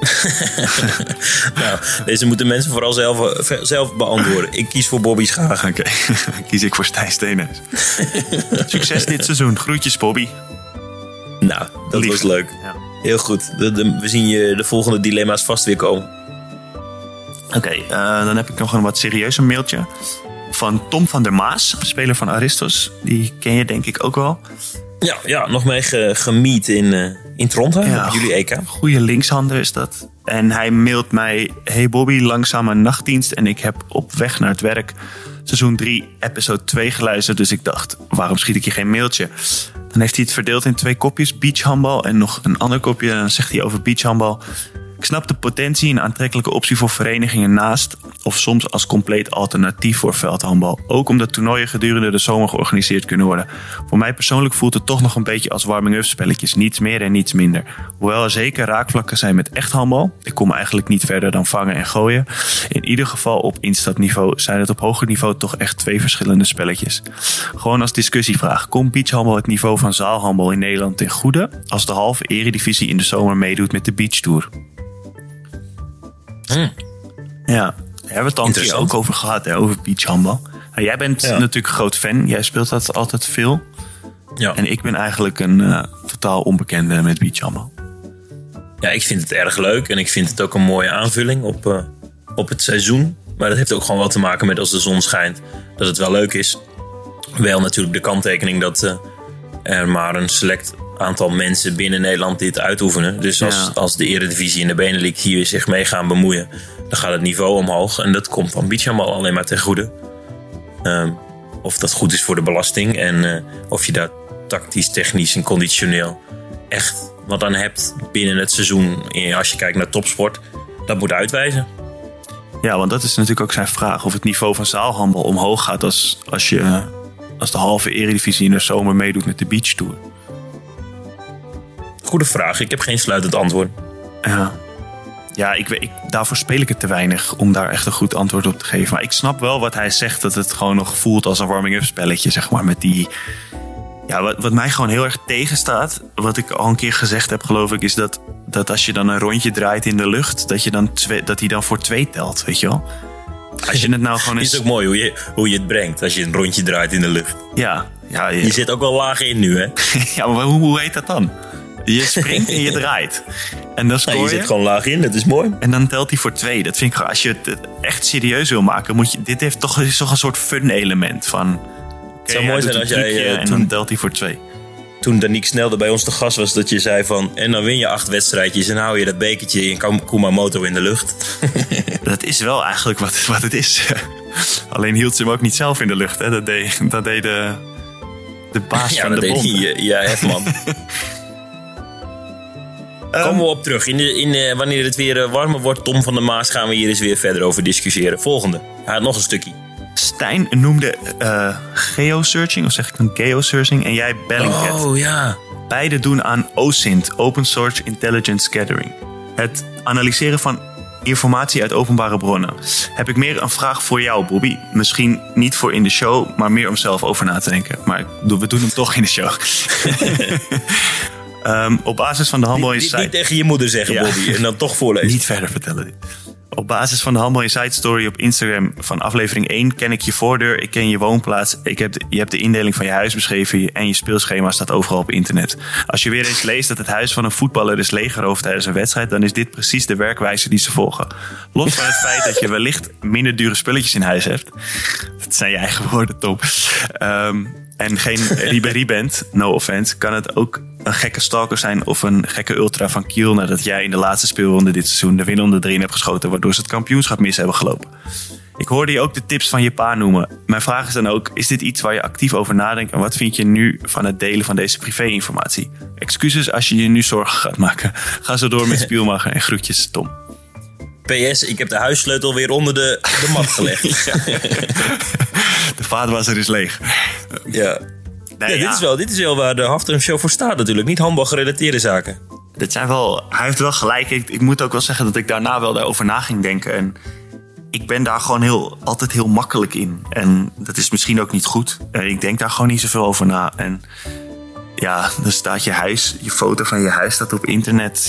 Nou, deze moeten mensen vooral zelf beantwoorden. Ik kies voor Bobby Schagen. Oké, kies ik voor Stijn Steenhuis. Succes dit seizoen. Groetjes, Bobby. Nou, dat was leuk. Ja. Heel goed. We zien je de volgende dilemma's vast weer komen. Oké, dan heb ik nog een wat serieuzer mailtje. Van Tom van der Maas, speler van Aristos. Die ken je denk ik ook wel. Ja, nog mee gemiet in Toronto. Ja, jullie EK. Goeie linkshander is dat. En hij mailt mij: Hey Bobby, langzame nachtdienst. En ik heb op weg naar het werk seizoen 3, episode 2 geluisterd. Dus ik dacht, waarom schiet ik je geen mailtje? Dan heeft hij het verdeeld in 2 kopjes. Beachhandbal en nog een ander kopje. En dan zegt hij over beachhandbal: ik snap de potentie en aantrekkelijke optie voor verenigingen naast of soms als compleet alternatief voor veldhandbal. Ook omdat toernooien gedurende de zomer georganiseerd kunnen worden. Voor mij persoonlijk voelt het toch nog een beetje als warming-up spelletjes. Niets meer en niets minder. Hoewel er zeker raakvlakken zijn met echt handbal. Ik kom eigenlijk niet verder dan vangen en gooien. In ieder geval op instapniveau zijn het op hoger niveau toch echt 2 verschillende spelletjes. Gewoon als discussievraag. Komt beachhandbal het niveau van zaalhandbal in Nederland ten goede als de halve eredivisie in de zomer meedoet met de beachtour? Ja, daar hebben we het al ook over gehad, hè, over beachhandbal. Nou, jij bent natuurlijk een groot fan. Jij speelt dat altijd veel. Ja. En ik ben eigenlijk een totaal onbekende met beachhandbal. Ja, ik vind het erg leuk. En ik vind het ook een mooie aanvulling op het seizoen. Maar dat heeft ook gewoon wel te maken met als de zon schijnt. Dat het wel leuk is. Wel natuurlijk de kanttekening dat er maar een select aantal mensen binnen Nederland dit uitoefenen. Dus als de Eredivisie en de Benelux hier zich mee gaan bemoeien, dan gaat het niveau omhoog. En dat komt van beachhandbal alleen maar ten goede. Of dat goed is voor de belasting. En of je daar tactisch, technisch en conditioneel echt wat aan hebt binnen het seizoen. Als je kijkt naar topsport, dat moet uitwijzen. Ja, want dat is natuurlijk ook zijn vraag. Of het niveau van zaalhandbal omhoog gaat als de halve Eredivisie in de zomer meedoet met de beachtour. Goede vraag. Ik heb geen sluitend antwoord. Ja, daarvoor speel ik het te weinig om daar echt een goed antwoord op te geven. Maar ik snap wel wat hij zegt, dat het gewoon nog voelt als een warming-up spelletje, zeg maar. Met die... Ja, wat mij gewoon heel erg tegenstaat, wat ik al een keer gezegd heb, geloof ik, is dat als je dan een rondje draait in de lucht, dat hij dan voor 2 telt, weet je wel? Als je het nou gewoon eens... Het is ook mooi hoe je het brengt als je een rondje draait in de lucht. Ja. Je zit ook wel laag in nu, hè? Ja, maar hoe heet dat dan? Je springt en je draait. En dan scoor je. Je zit gewoon laag in, dat is mooi. En dan telt hij voor 2. Dat vind ik, als je het echt serieus wil maken, dit heeft toch een soort fun element van... Het zou mooi zijn als jij... en dan telt hij voor 2. Toen Danique Snelde bij ons te gast was, dat je zei van... En dan win je 8 wedstrijdjes en hou je dat bekertje in Kumamoto in de lucht. Dat is wel eigenlijk wat het is. Alleen hield ze hem ook niet zelf in de lucht. Hè? Dat deed de baas van de bond. Ja, Hefman. Komen we op terug. Wanneer het weer warmer wordt, Tom van der Maas, gaan we hier eens weer verder over discussiëren. Volgende. Hij had nog een stukje. Stijn noemde geosearching, of zeg ik dan geosearching, en jij Bellingcat. Oh ja. Beide doen aan OSINT, Open Source Intelligence Gathering. Het analyseren van informatie uit openbare bronnen. Heb ik meer een vraag voor jou, Bobby. Misschien niet voor in de show, maar meer om zelf over na te denken. Maar we doen hem toch in de show. Op basis van de Handbal Insight... Niet tegen je moeder zeggen, Ja. Bobby, en dan toch voorlezen. Niet verder vertellen dit. Op basis van de Handbal Insight story op Instagram van aflevering 1... ken ik je voordeur, ik ken je woonplaats... je hebt de indeling van je huis beschreven... en je speelschema staat overal op internet. Als je weer eens leest dat het huis van een voetballer is leeggeroofd tijdens een wedstrijd... dan is dit precies de werkwijze die ze volgen. Los van het feit dat je wellicht minder dure spulletjes in huis hebt... dat zijn je eigen woorden, Tom... en geen Ribéry bent, no offense... kan het ook een gekke stalker zijn of een gekke ultra van Kiel... nadat jij in de laatste speelronde dit seizoen de winnende erin hebt geschoten... waardoor ze het kampioenschap mis hebben gelopen. Ik hoorde je ook de tips van je pa noemen. Mijn vraag is dan ook, is dit iets waar je actief over nadenkt... en wat vind je nu van het delen van deze privé-informatie? Excuses als je je nu zorgen gaat maken. Ga zo door met Spielmacher en groetjes, Tom. PS, ik heb de huissleutel weer onder de mat gelegd. De vaatwasser is leeg. Ja. Nee, Dit is wel waar de Halftime Show voor staat natuurlijk. Niet handbalgerelateerde zaken. Dit zijn wel, hij heeft wel gelijk. Ik moet ook wel zeggen dat ik daarna wel daarover na ging denken. En ik ben daar gewoon altijd heel makkelijk in. En dat is misschien ook niet goed. Ik denk daar gewoon niet zoveel over na. En ja, dan staat je foto van je huis staat op internet.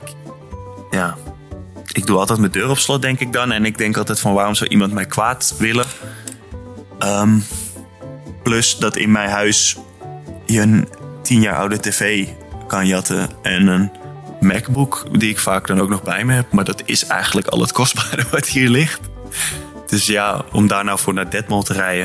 Ik doe altijd mijn deur op slot, denk ik dan. En ik denk altijd van, waarom zou iemand mij kwaad willen? Plus dat in mijn huis je een 10 jaar oude tv kan jatten en een MacBook die ik vaak dan ook nog bij me heb. Maar dat is eigenlijk al het kostbare wat hier ligt. Dus ja, om daar nou voor naar Detmold te rijden...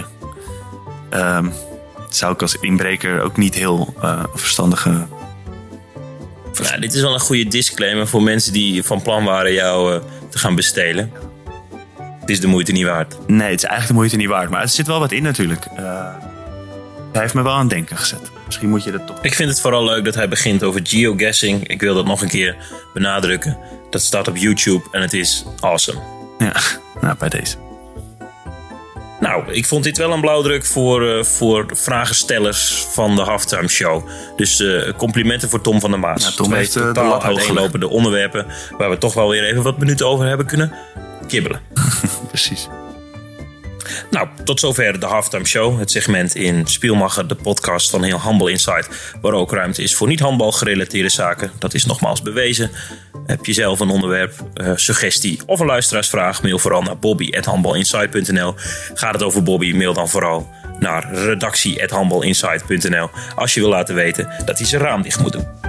zou ik als inbreker ook niet heel verstandige... Nou, dit is wel een goede disclaimer voor mensen die van plan waren jou te gaan bestelen. Het is de moeite niet waard. Nee, het is eigenlijk de moeite niet waard. Maar er zit wel wat in natuurlijk. Hij heeft me wel aan het denken gezet. Misschien moet je dat toch... Ik vind het vooral leuk dat hij begint over geoguessing. Ik wil dat nog een keer benadrukken. Dat staat op YouTube en het is awesome. Ja, nou bij deze. Nou, ik vond dit wel een blauwdruk voor vragenstellers van de Halftime Show. Dus complimenten voor Tom van der Maas. Ja, Tom Twee heeft de totaal lat hoog uiteenlopende onderwerpen waar we toch wel weer even wat minuten over hebben kunnen kibbelen. Precies. Nou, tot zover de Halftime Show. Het segment in Spielmacher, de podcast van heel Handbal Insight. Waar ook ruimte is voor niet-handbal gerelateerde zaken. Dat is nogmaals bewezen. Heb je zelf een onderwerp, suggestie of een luisteraarsvraag? Mail vooral naar bobby@handbalinsight.nl. Gaat het over Bobby? Mail dan vooral naar redactie@handbalinsight.nl. Als je wil laten weten dat hij zijn raam dicht moet doen.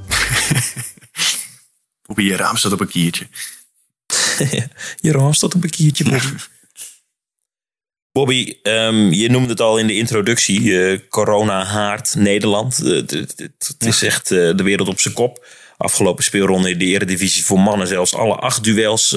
Bobby, je raam staat op een kiertje. Je raam staat op een kiertje, Bobby. Bobby, je noemde het al in de introductie. Corona haart Nederland. Het is echt de wereld op zijn kop. Afgelopen speelronde in de Eredivisie voor mannen zelfs alle 8 duels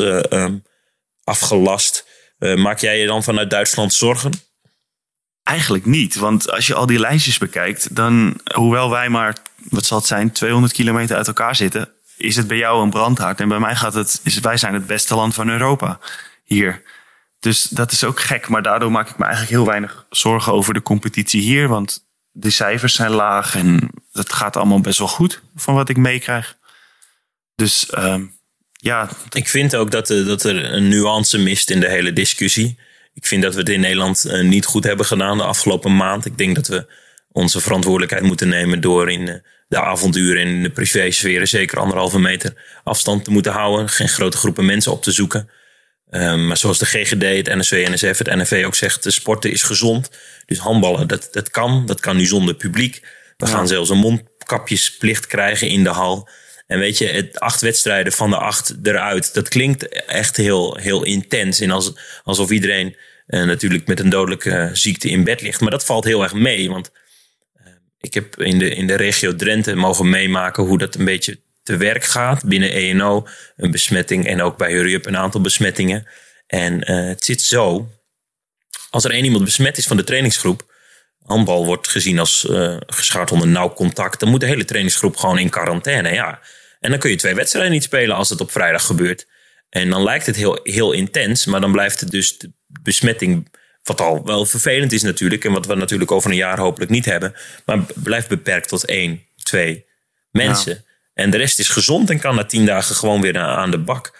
afgelast. Maak jij je dan vanuit Duitsland zorgen? Eigenlijk niet, want als je al die lijstjes bekijkt... dan, hoewel wij maar, wat zal het zijn, 200 kilometer uit elkaar zitten... is het bij jou een brandhaard. En bij mij wij zijn het beste land van Europa hier. Dus dat is ook gek, maar daardoor maak ik me eigenlijk heel weinig zorgen over de competitie hier. Want de cijfers zijn laag en het gaat allemaal best wel goed van wat ik meekrijg. Dus ja. Ik vind ook dat er een nuance mist in de hele discussie. Ik vind dat we het in Nederland niet goed hebben gedaan de afgelopen maand. Ik denk dat we onze verantwoordelijkheid moeten nemen door in de avonduren en in de privésferen zeker 1,5 meter afstand te moeten houden. Geen grote groepen mensen op te zoeken. Maar zoals de GGD, het NSW, NSF, het NFV ook zegt, de sporten is gezond. Dus handballen, dat kan nu zonder publiek. We gaan zelfs een mondkapjesplicht krijgen in de hal. En weet je, 8 wedstrijden van de 8 eruit, dat klinkt echt heel, heel intens. En alsof iedereen natuurlijk met een dodelijke ziekte in bed ligt. Maar dat valt heel erg mee, want ik heb in de regio Drenthe mogen meemaken hoe dat een beetje te werk gaat. Binnen ENO een besmetting en ook bij Hurry Up een aantal besmettingen. En het zit zo, als er 1 iemand besmet is van de trainingsgroep, handbal wordt gezien als geschaard onder nauw contact, dan moet de hele trainingsgroep gewoon in quarantaine. Ja. En dan kun je 2 wedstrijden niet spelen als het op vrijdag gebeurt. En dan lijkt het heel, heel intens, maar dan blijft het dus de besmetting, wat al wel vervelend is natuurlijk, en wat we natuurlijk over een jaar hopelijk niet hebben, maar blijft beperkt tot 1, 2 mensen. Ja. En de rest is gezond en kan na 10 dagen gewoon weer aan de bak.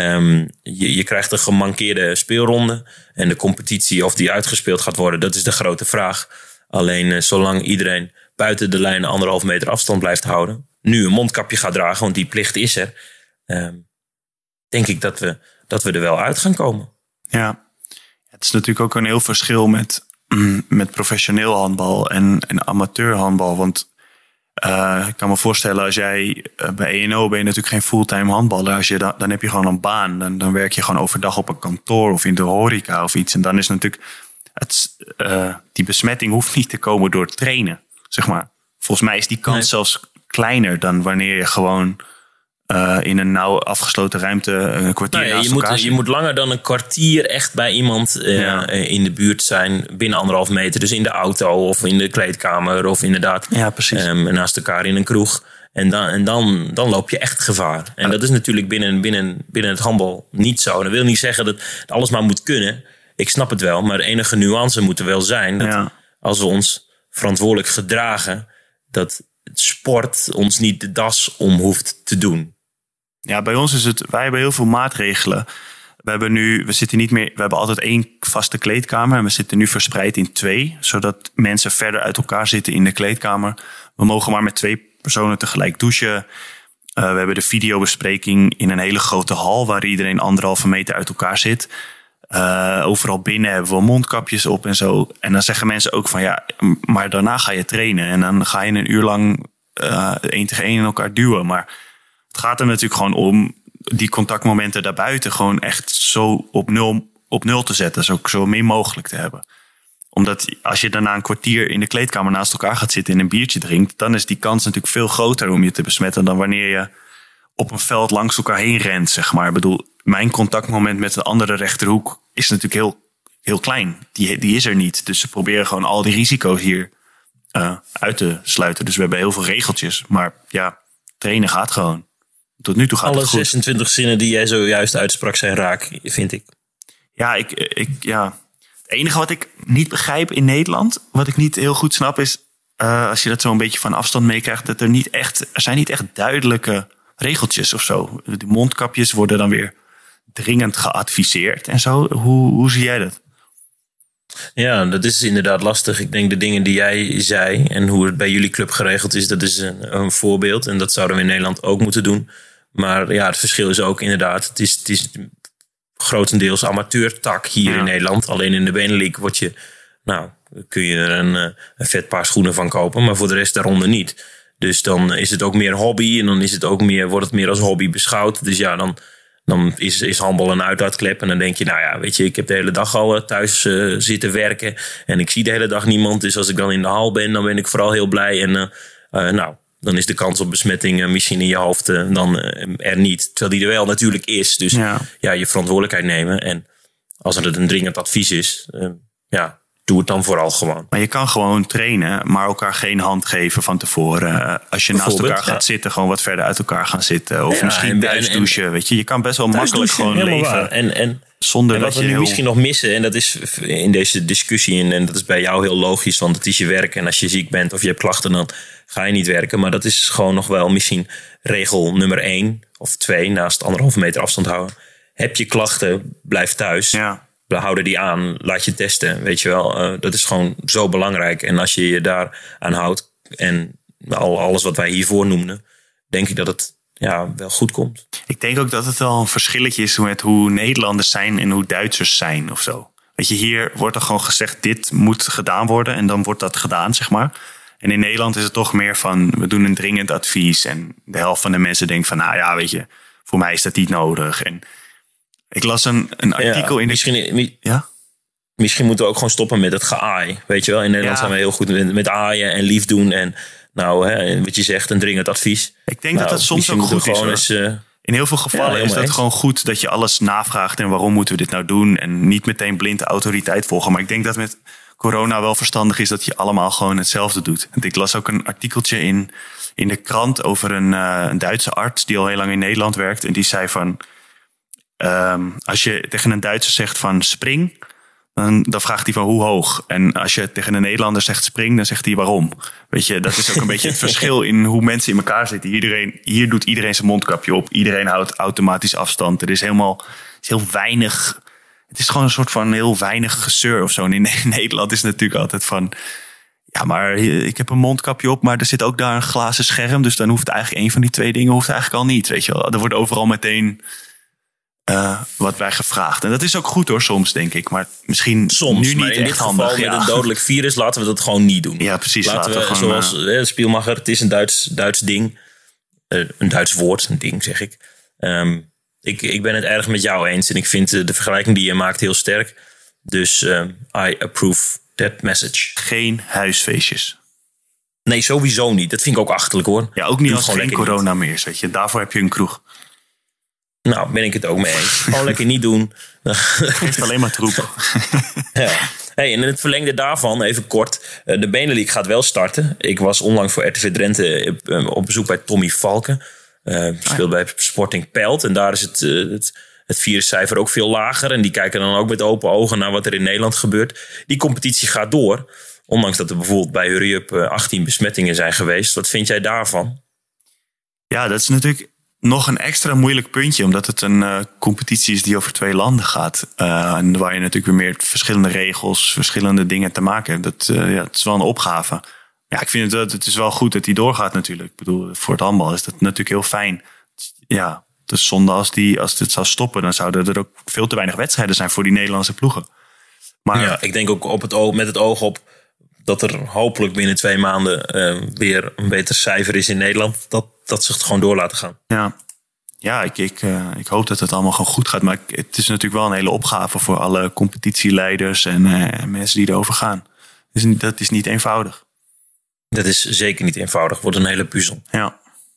Je krijgt een gemankeerde speelronde. En de competitie, of die uitgespeeld gaat worden, dat is de grote vraag. Alleen zolang iedereen buiten de lijn 1,5 meter afstand blijft houden, nu een mondkapje gaat dragen, want die plicht is er, denk ik dat we er wel uit gaan komen. Ja, het is natuurlijk ook een heel verschil met professioneel handbal en amateur handbal. Want ik kan me voorstellen, als jij bij ENO ben je natuurlijk geen fulltime handballer. Dan heb je gewoon een baan. Dan werk je gewoon overdag op een kantoor of in de horeca of iets. En dan is natuurlijk die besmetting hoeft niet te komen door trainen, zeg maar. Volgens mij is die kans zelfs kleiner dan wanneer je gewoon in een nauw afgesloten ruimte een kwartier naast elkaar zit. Je moet langer dan een kwartier echt bij iemand in de buurt zijn, binnen 1,5 meter. Dus in de auto of in de kleedkamer of inderdaad naast elkaar in een kroeg. En dan loop je echt gevaar. En dat is natuurlijk binnen het handbal niet zo. Dat wil niet zeggen dat alles maar moet kunnen. Ik snap het wel, maar de enige nuance moet er wel zijn dat als we ons verantwoordelijk gedragen, dat het sport ons niet de das om hoeft te doen. Ja, bij ons is het, wij hebben heel veel maatregelen. We hebben altijd 1 vaste kleedkamer en we zitten nu verspreid in 2, zodat mensen verder uit elkaar zitten in de kleedkamer. We mogen maar met 2 personen tegelijk douchen. We hebben de videobespreking in een hele grote hal waar iedereen 1,5 meter uit elkaar zit. Overal binnen hebben we mondkapjes op en zo. En dan zeggen mensen ook van maar daarna ga je trainen. En dan ga je een uur lang 1 tegen 1 in elkaar duwen. Maar het gaat er natuurlijk gewoon om die contactmomenten daarbuiten gewoon echt zo op nul te zetten. Zo min mogelijk te hebben. Omdat als je daarna een kwartier in de kleedkamer naast elkaar gaat zitten en een biertje drinkt, dan is die kans natuurlijk veel groter om je te besmetten dan wanneer je op een veld langs elkaar heen rent, zeg maar. Ik bedoel, mijn contactmoment met de andere rechterhoek is natuurlijk heel, heel klein. Die is er niet. Dus ze proberen gewoon al die risico's hier uit te sluiten. Dus we hebben heel veel regeltjes. Maar trainen gaat gewoon. Tot nu toe gaat het goed. Alle 26 zinnen die jij zojuist uitsprak zijn raak, vind ik. Ja, het enige wat ik niet begrijp in Nederland, wat ik niet heel goed snap, is als je dat zo een beetje van afstand meekrijgt, dat er zijn niet echt duidelijke regeltjes of zo. De mondkapjes worden dan weer dringend geadviseerd en zo. Hoe zie jij dat? Ja, dat is inderdaad lastig. Ik denk de dingen die jij zei en hoe het bij jullie club geregeld is, dat is een voorbeeld. En dat zouden we in Nederland ook moeten doen. Maar het verschil is ook inderdaad, het is grotendeels amateurtak hier in Nederland. Alleen in de Benelux kun je er een vet paar schoenen van kopen, maar voor de rest daaronder niet. Dus dan is het ook meer hobby en dan is het ook wordt het meer als hobby beschouwd. Dus dan is handbal een uitlaatklep. En dan denk je, weet je, ik heb de hele dag al thuis zitten werken. En ik zie de hele dag niemand. Dus als ik dan in de hal ben, dan ben ik vooral heel blij. En dan is de kans op besmetting misschien in je hoofd dan er niet. Terwijl die er wel natuurlijk is. Dus je verantwoordelijkheid nemen. En als er een dringend advies is, doe het dan vooral gewoon. Maar je kan gewoon trainen, maar elkaar geen hand geven van tevoren. Als je naast elkaar gaat zitten, gewoon wat verder uit elkaar gaan zitten. Of misschien thuis douchen, weet je. Je kan best wel makkelijk gewoon leven. En zonder wat we nu misschien nog missen, en dat is in deze discussie, en dat is bij jou heel logisch, want het is je werk. En als je ziek bent of je hebt klachten, dan ga je niet werken. Maar dat is gewoon nog wel misschien regel nummer 1 of 2, naast 1,5 meter afstand houden. Heb je klachten, blijf thuis. Ja. We houden die aan, laat je testen, weet je wel. Dat is gewoon zo belangrijk. En als je je daar aan houdt en alles wat wij hiervoor noemden, denk ik dat het wel goed komt. Ik denk ook dat het wel een verschilletje is met hoe Nederlanders zijn en hoe Duitsers zijn of zo. Weet je, hier wordt er gewoon gezegd, dit moet gedaan worden en dan wordt dat gedaan, zeg maar. En in Nederland is het toch meer van, we doen een dringend advies. En de helft van de mensen denkt van, weet je, voor mij is dat niet nodig. En ik las een artikel in de... Misschien moeten we ook gewoon stoppen met het geaai. Weet je wel, in Nederland zijn we heel goed met aaien en lief doen. En wat je zegt, een dringend advies. Ik denk dat soms ook goed is. In heel veel gevallen is dat gewoon goed dat je alles navraagt. En waarom moeten we dit nou doen? En niet meteen blind de autoriteit volgen. Maar ik denk dat met corona wel verstandig is dat je allemaal gewoon hetzelfde doet. Want ik las ook een artikeltje in de krant over een Duitse arts die al heel lang in Nederland werkt. En die zei van, als je tegen een Duitser zegt van spring, dan vraagt hij van hoe hoog. En als je tegen een Nederlander zegt spring, dan zegt hij waarom. Weet je, dat is ook een beetje het verschil in hoe mensen in elkaar zitten. Hier doet iedereen zijn mondkapje op. Iedereen houdt automatisch afstand. Er is heel weinig. Het is gewoon een soort van heel weinig gezeur of zo. En in Nederland is het natuurlijk altijd van, Ja, maar ik heb een mondkapje op, maar er zit ook daar een glazen scherm. Dus dan hoeft eigenlijk 1 van die 2 dingen eigenlijk al niet. Weet je wel. Er wordt overal meteen wat bij gevraagd. En dat is ook goed hoor, soms denk ik. Maar misschien soms, nu maar niet in echt dit geval handig. met een dodelijk virus laten we dat gewoon niet doen. Ja, precies. Laten we gewoon, zoals Spielmacher, het is een Duits ding. Een Duits woord, een ding zeg ik. Ik ben het erg met jou eens. En ik vind de vergelijking die je maakt heel sterk. Dus I approve that message. Geen huisfeestjes. Nee, sowieso niet. Dat vind ik ook achterlijk hoor. Ja, ook niet Doe als het geen gewoon corona meer is. Weet je. Daarvoor heb je een kroeg. Nou, ben ik het ook mee eens. Gewoon lekker niet doen. Geeft alleen maar troep. Ja. Hey, en in het verlengde daarvan, even kort. De Benelux gaat wel starten. Ik was onlangs voor RTV Drenthe op bezoek bij Tommy Valken. Speelt bij Sporting Pelt. En daar is het viruscijfer ook veel lager. En die kijken dan ook met open ogen naar wat er in Nederland gebeurt. Die competitie gaat door. Ondanks dat er bijvoorbeeld bij Hurry Up 18 besmettingen zijn geweest. Wat vind jij daarvan? Ja, dat is natuurlijk nog een extra moeilijk puntje. Omdat het een competitie is die over 2 landen gaat. En waar je natuurlijk weer meer verschillende regels, verschillende dingen te maken hebt. Het is wel een opgave. Ja, ik vind het is wel goed dat die doorgaat natuurlijk. Ik bedoel, voor het handbal is dat natuurlijk heel fijn. Ja, het is zonde als dit zou stoppen. Dan zouden er ook veel te weinig wedstrijden zijn voor die Nederlandse ploegen. Maar ja, ik denk ook met het oog op dat er hopelijk binnen 2 maanden weer een beter cijfer is in Nederland. Dat ze het gewoon door laten gaan. Ja, ik hoop dat het allemaal gewoon goed gaat. Maar het is natuurlijk wel een hele opgave voor alle competitieleiders en mensen die erover gaan. Dus dat is niet eenvoudig. Dat is zeker niet eenvoudig. Wordt een hele puzzel. Ja.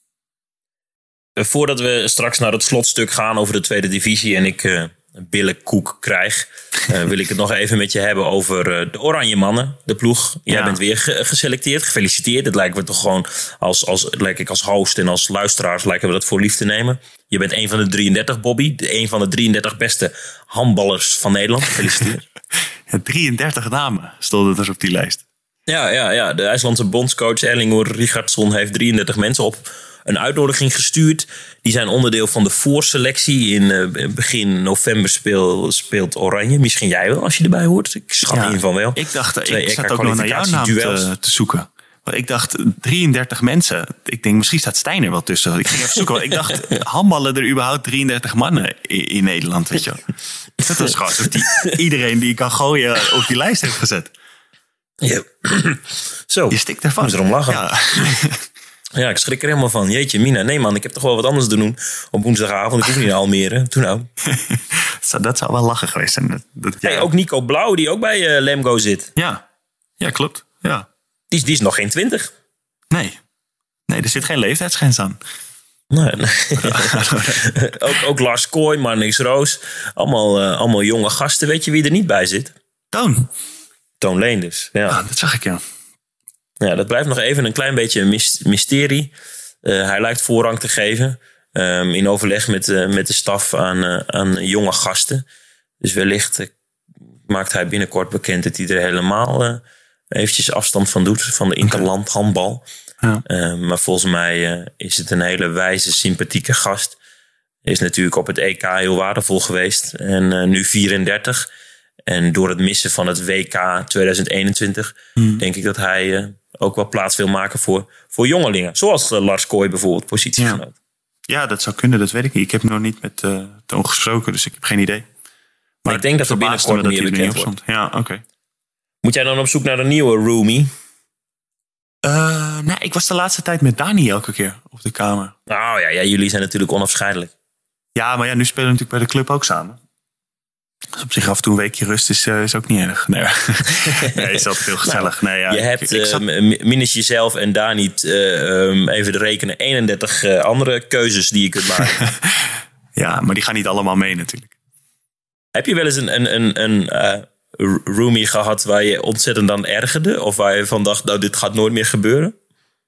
Voordat we straks naar het slotstuk gaan over de tweede divisie en ik een billenkoek krijg, wil ik het nog even met je hebben over de Oranje Mannen, de ploeg. Jij bent weer geselecteerd. Gefeliciteerd. Dat lijken we toch gewoon als host en als luisteraars lijken we dat voor lief te nemen. Je bent een van de 33, Bobby. Een van de 33 beste handballers van Nederland. Gefeliciteerd. 33 namen stonden dus op die lijst. Ja. De IJslandse bondscoach Erlingur Richardsson heeft 33 mensen op een uitnodiging gestuurd. Die zijn onderdeel van de voorselectie. In begin november speelt Oranje. Misschien jij wel, als je erbij hoort. Ik schat in van wel. Ik dacht, ik zat ook nog naar jouw naam te zoeken. Maar ik dacht, 33 mensen. Ik denk, misschien staat Stijn er wel tussen. Ik ging even zoeken. Ik dacht, handballen er überhaupt 33 mannen in Nederland, weet je wel. Dat was gewoon alsof iedereen die je kan gooien op die lijst heeft gezet. Ja. Zo. Je stikt ervan. Ik moest erom lachen. Ja. Ja, ik schrik er helemaal van. Jeetje, Mina. Nee man, ik heb toch wel wat anders te doen op woensdagavond. Ik hoef niet naar Almere. Toen nou. Dat zou wel lachen geweest zijn. Hey, ook Nico Blauw, die ook bij Lemgo zit. Ja, klopt. Ja. Die is nog geen 20. Nee, er zit geen leeftijdsgrens aan. Nee. ook Lars Kooi, Marnix Roos. Allemaal jonge gasten. Weet je wie er niet bij zit? Toon Leenders. Ja. Ah, dat zag ik, ja. Ja, dat blijft nog even een klein beetje een mysterie. Hij lijkt voorrang te geven. In overleg met de staf aan jonge gasten. Dus wellicht maakt hij binnenkort bekend dat hij er helemaal eventjes afstand van doet. Van de interland handbal. Ja. Maar volgens mij is het een hele wijze, sympathieke gast. Is natuurlijk op het EK heel waardevol geweest. En nu 34. En door het missen van het WK 2021... denk ik dat hij ook wel plaats wil maken voor jongelingen. Zoals Lars Kooi bijvoorbeeld, positiegenoot. Ja, dat zou kunnen, dat weet ik niet. Ik heb nog niet met Toon gesproken, dus ik heb geen idee. Maar ik denk dat er binnenkort meer bekend wordt. Ja, oké. Moet jij dan op zoek naar een nieuwe roomie? Ik was de laatste tijd met Dani elke keer op de kamer. Nou ja, jullie zijn natuurlijk onafscheidelijk. Ja, maar nu spelen we natuurlijk bij de club ook samen. Dus op zich af en toe een weekje rust is ook niet erg. Nee, is altijd heel gezellig. Nou, je hebt minus jezelf en daar niet even te rekenen 31 andere keuzes die je kunt maken. Ja, maar die gaan niet allemaal mee natuurlijk. Heb je wel eens een roomie gehad waar je ontzettend aan ergerde? Of waar je van dacht, nou dit gaat nooit meer gebeuren?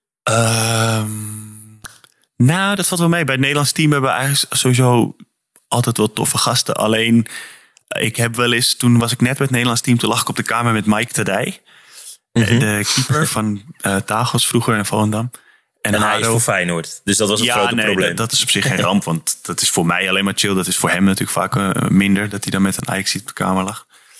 Nou, dat valt wel mee. Bij het Nederlands team hebben we eigenlijk sowieso altijd wel toffe gasten. Alleen, ik heb wel eens, toen was ik net bij het Nederlands team, toen lag ik op de kamer met Mike Tadij. De keeper van Tagos vroeger in Volendam. En hij is voor Feyenoord. Dus dat was het grote probleem. Dat is op zich geen ramp. Want dat is voor mij alleen maar chill. Dat is voor hem natuurlijk vaak minder. Dat hij dan met een Ajax op de kamer lag.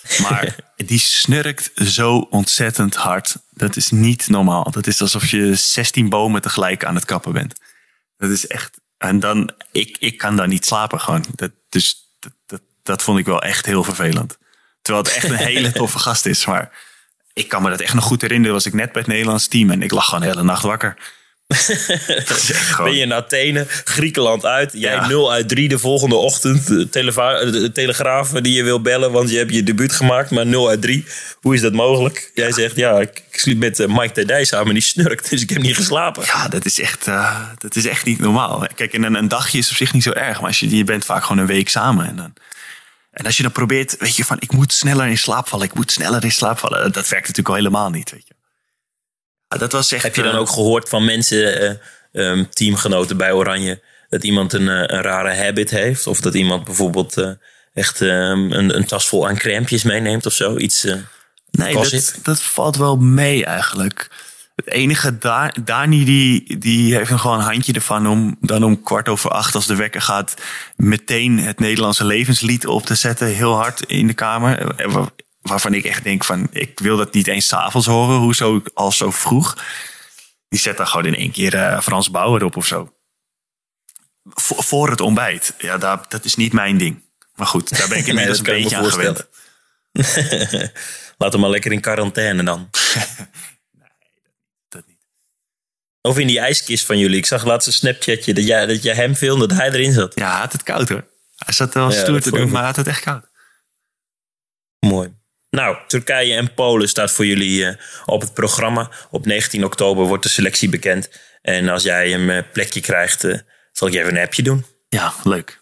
Maar die snurkt zo ontzettend hard. Dat is niet normaal. Dat is alsof je 16 bomen tegelijk aan het kappen bent. Dat is echt... En dan... Ik kan dan niet slapen gewoon. Dat vond ik wel echt heel vervelend. Terwijl het echt een hele toffe gast is. Maar ik kan me dat echt nog goed herinneren. Was ik net bij het Nederlands team. En ik lag gewoon de hele nacht wakker. Ben je in Athene, Griekenland uit. Jij hebt 0 uit 3 de volgende ochtend. De Telegraaf die je wil bellen. Want je hebt je debuut gemaakt. Maar 0 uit 3. Hoe is dat mogelijk? Jij zegt, ik sliep met Mike Tadij samen. Die snurkt. Dus ik heb niet geslapen. Ja, dat is echt niet normaal. Kijk, en een dagje is op zich niet zo erg. Maar je bent vaak gewoon een week samen. En als je dan probeert, weet je, van ik moet sneller in slaap vallen. Dat werkt natuurlijk al helemaal niet, weet je. Dat was echt, heb je dan ook gehoord van mensen, teamgenoten bij Oranje, dat iemand een rare habit heeft? Of dat iemand bijvoorbeeld echt een tas vol aan crèmpjes meeneemt of zo? Nee, dat valt wel mee eigenlijk. Het enige, Dani die heeft nog gewoon een handje ervan om dan om 7:15 als de wekker gaat meteen het Nederlandse levenslied op te zetten. Heel hard in de kamer. Waarvan ik echt denk van, ik wil dat niet eens 's avonds horen. Hoezo al zo vroeg? Die zet dan gewoon in één keer Frans Bauer op of zo. Voor het ontbijt. Ja, dat is niet mijn ding. Maar goed, daar ben ik inmiddels een beetje aan gewend. Laat hem maar lekker in quarantaine dan. Nee, dat niet. Of in die ijskist van jullie. Ik zag laatst een Snapchatje dat jij hem filmde, dat hij erin zat. Ja, hij had het koud hoor. Hij zat wel stoer te doen, maar hij had het echt koud. Mooi. Nou, Turkije en Polen staat voor jullie op het programma. Op 19 oktober wordt de selectie bekend. En als jij een plekje krijgt, zal ik je even een appje doen. Ja, leuk.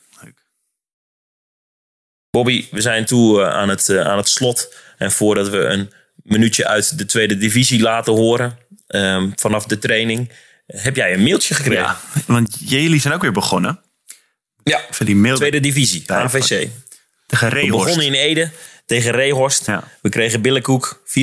Bobby, we zijn toe aan het slot. En voordat we een minuutje uit de tweede divisie laten horen, vanaf de training, heb jij een mailtje gekregen. Ja, want jullie zijn ook weer begonnen. Ja, tweede divisie, AVC. Tegen Rehorst. We begonnen in Ede tegen Rehorst. Ja. We kregen billenkoek, 34-24.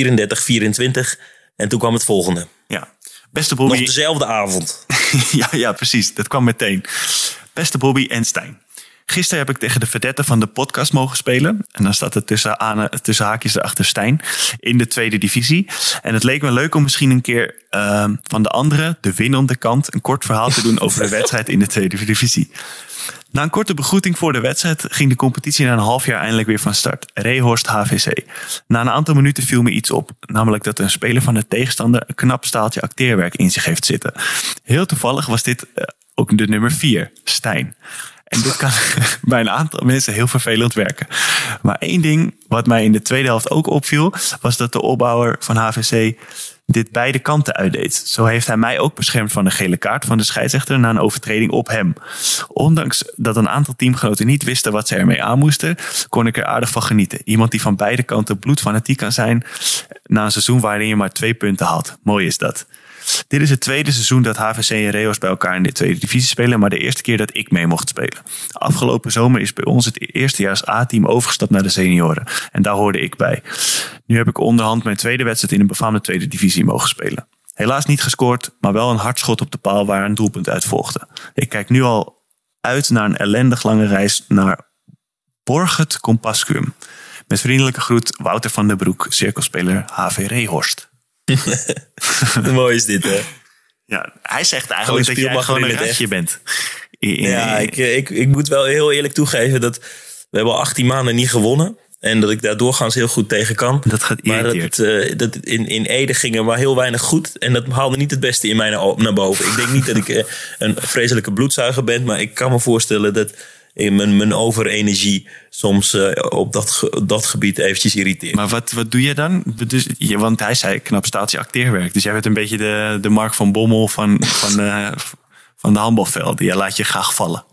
En toen kwam het volgende. Ja. Beste Bobby. Nog dezelfde avond. ja, precies. Dat kwam meteen. Beste Bobby en Stijn. Gisteren heb ik tegen de vedette van de podcast mogen spelen. En dan staat er tussen haakjes erachter Stijn. In de tweede divisie. En het leek me leuk om misschien een keer van de andere, de winnende kant, een kort verhaal te doen over de wedstrijd in de tweede divisie. Na een korte begroeting voor de wedstrijd ging de competitie na een half jaar eindelijk weer van start. Rehorst HVC. Na een aantal minuten viel me iets op. Namelijk dat een speler van de tegenstander een knap staaltje acteerwerk in zich heeft zitten. Heel toevallig was dit ook de nummer 4, Stijn. En dit kan bij een aantal mensen heel vervelend werken. Maar één ding wat mij in de tweede helft ook opviel, was dat de opbouwer van HVC dit beide kanten uitdeed. Zo heeft hij mij ook beschermd van een gele kaart van de scheidsrechter na een overtreding op hem. Ondanks dat een aantal teamgenoten niet wisten wat ze ermee aan moesten, kon ik er aardig van genieten. Iemand die van beide kanten bloedfanatiek kan zijn na een seizoen waarin je maar 2 punten haalt. Mooi is dat. Dit is het tweede seizoen dat HVC en Rehorst bij elkaar in de tweede divisie spelen, maar de eerste keer dat ik mee mocht spelen. Afgelopen zomer is bij ons het eerstejaars A-team overgestapt naar de senioren. En daar hoorde ik bij. Nu heb ik onderhand mijn tweede wedstrijd in een befaamde tweede divisie mogen spelen. Helaas niet gescoord, maar wel een hard schot op de paal waar een doelpunt uit volgde. Ik kijk nu al uit naar een ellendig lange reis naar Borget Compascuum. Met vriendelijke groet Wouter van der Broek, cirkelspeler HV Rehorst. Mooi is dit, hè? Ja, hij zegt eigenlijk dat jij gewoon een ratje bent. Ik moet wel heel eerlijk toegeven dat we hebben al 18 maanden niet gewonnen. En dat ik daar doorgaans heel goed tegen kan. Dat gaat irriteerd. Maar in Ede ging er maar heel weinig goed. En dat haalde niet het beste in mij naar boven. Ik denk niet dat ik een vreselijke bloedzuiger ben. Maar ik kan me voorstellen dat mijn overenergie soms op dat gebied eventjes irriteert. Maar wat doe je dan? Dus, want hij zei knap staatje acteerwerk. Dus jij bent een beetje de Mark van Bommel van de handbalvelden. Je laat je graag vallen.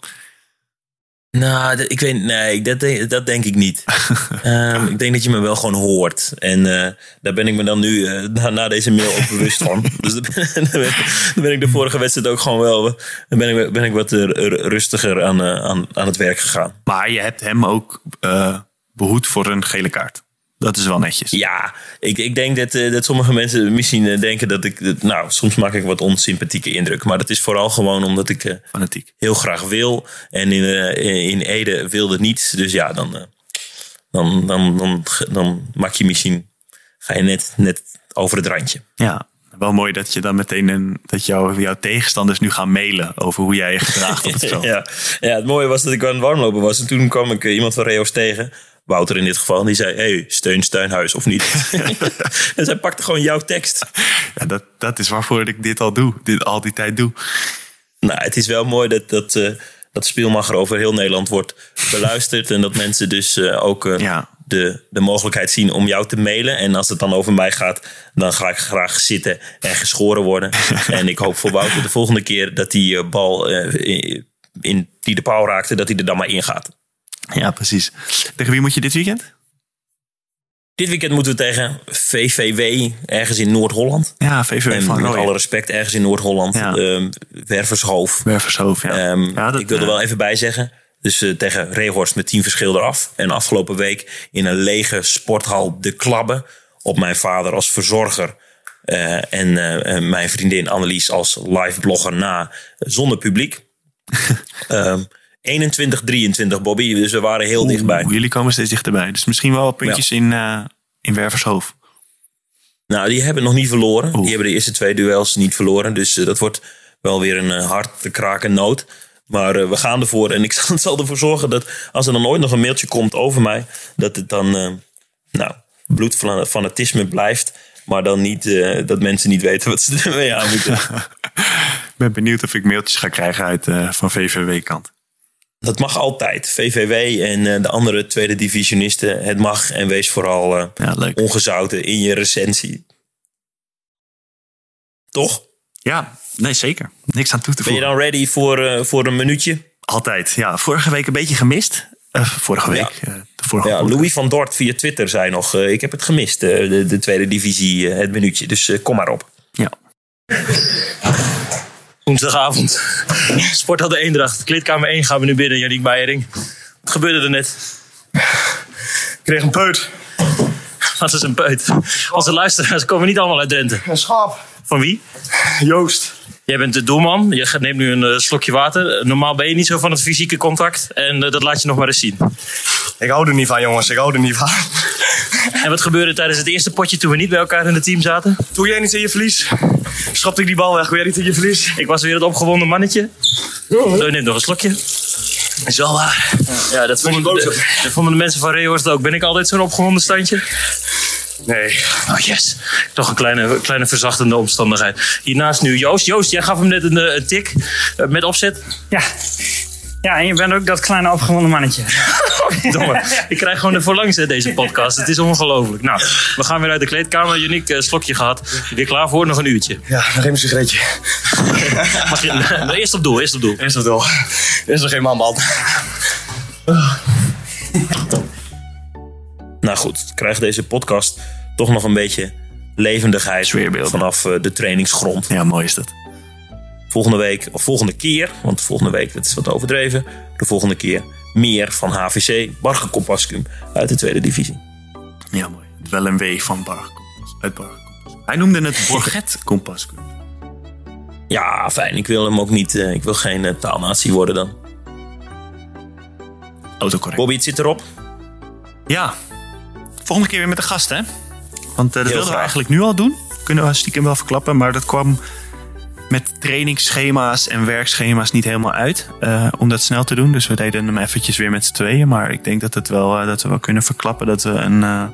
Nou, dat denk ik niet. Ik denk dat je me wel gewoon hoort. En daar ben ik me dan nu na deze mail ook bewust van. Dus dan ben ik de vorige wedstrijd ook gewoon wel. Dan ben ik wat rustiger aan het werk gegaan. Maar je hebt hem ook behoed voor een gele kaart. Dat is wel netjes. Ja, ik denk dat sommige mensen misschien denken dat ik... Nou, soms maak ik wat onsympathieke indruk. Maar dat is vooral gewoon omdat ik fanatiek heel graag wil. En in Ede wilde niet. Dus ja, dan maak je misschien, ga je net over het randje. Ja, wel mooi dat je dan meteen jouw tegenstanders nu gaan mailen over hoe jij je gedraagt op het veld. Ja, het mooie was dat ik aan het warmlopen was. En toen kwam ik iemand van Reos tegen. Wouter in dit geval. En die zei, hey, steun Steinhuis of niet? En zij pakte gewoon jouw tekst. Ja, dat is waarvoor ik dit al die tijd doe. Nou, het is wel mooi dat Spielmacher over heel Nederland wordt beluisterd. En dat mensen dus ook de mogelijkheid zien om jou te mailen. En als het dan over mij gaat, dan ga ik graag zitten en geschoren worden. En ik hoop voor Wouter de volgende keer dat die bal die de paal raakte, dat hij er dan maar in gaat. Ja, precies. Tegen wie moet je dit weekend? Dit weekend moeten we tegen VVW ergens in Noord-Holland. Ja, VVW van met alle respect ergens in Noord-Holland. Ja. Wervershoof. Wervershoof, ja. Ik wil er wel even bij zeggen. Dus tegen Rehorst met 10 verschil eraf. En afgelopen week in een lege sporthal De Klabbe. Op mijn vader als verzorger. En mijn vriendin Annelies als live blogger na. Zonder publiek. 21-23, Bobby. Dus we waren heel dichtbij. Jullie komen steeds dichterbij. Dus misschien wel puntjes in Wervershoof. Nou, die hebben nog niet verloren. Die hebben de eerste 2 duels niet verloren. Dus dat wordt wel weer een hard te kraken noot. Maar we gaan ervoor. En ik zal ervoor zorgen dat als er dan ooit nog een mailtje komt over mij, dat het dan bloedfanatisme blijft. Maar dan niet dat mensen niet weten wat ze ermee aan moeten. Ik ben benieuwd of ik mailtjes ga krijgen uit van VVW-kant. Dat mag altijd. VVW en de andere tweede divisionisten. Het mag en wees vooral ongezouten in je recensie. Toch? Ja, nee zeker. Niks aan toe te voegen. Ben je dan ready voor een minuutje? Altijd, ja. Vorige week een beetje gemist. Vorige week. Louis van Dort via Twitter zei nog, ik heb het gemist. De tweede divisie, het minuutje. Dus kom maar op. Ja. Woensdagavond. Sporthal de Eendracht. Kleedkamer 1 gaan we nu binnen. Yannick Meijering. Wat gebeurde er net? Ik kreeg een peut. Wat is een peut? Onze luisteraars komen niet allemaal uit Drenthe. Een schaap. Van wie? Joost. Jij bent de doelman. Je neemt nu een slokje water. Normaal ben je niet zo van het fysieke contact. En dat laat je nog maar eens zien. Ik hou er niet van, jongens. Ik hou er niet van. En wat gebeurde tijdens het eerste potje toen we niet bij elkaar in het team zaten? Toen jij niet in je verlies, schopte ik die bal weg. Weer niet in je verlies. Ik was weer het opgewonden mannetje. Zo, neem nog een slokje. Is wel waar. Ja, dat vonden de mensen van Rehorst ook. Ben ik altijd zo'n opgewonden standje? Nee. Oh yes. Toch een kleine verzachtende omstandigheid. Hiernaast nu Joost. Joost, jij gaf hem net een tik met opzet. Ja, en je bent ook dat kleine opgewonden mannetje. Domme. Ik krijg gewoon de voorlangs deze podcast. Het is ongelooflijk. Nou, we gaan weer uit de kleedkamer. Uniek slokje gehad. Weer klaar voor nog een uurtje. Ja, nog even een sigaretje. Eerst op doel. Eerst op doel. Er is nog geen man band. Nou goed, krijgt deze podcast toch nog een beetje levendigheid vanaf de trainingsgrond. Ja, mooi is dat. Volgende week, of volgende keer, want volgende week, dat is wat overdreven. De volgende keer meer van HVC, Barge Compascum uit de tweede divisie. Ja, mooi. Wel een W van Barge Compascum. Hij noemde het Borget Compascum. Ja, fijn. Ik wil hem ook niet, ik wil geen taalnatie worden dan. Autocorrect. Bobby, het zit erop. Ja. Volgende keer weer met een gast, hè? Want dat wilden we eigenlijk nu al doen. Kunnen we stiekem wel verklappen, maar dat kwam met trainingsschema's en werkschema's niet helemaal uit. Om dat snel te doen. Dus we deden hem eventjes weer met z'n tweeën. Maar ik denk dat we wel kunnen verklappen dat we een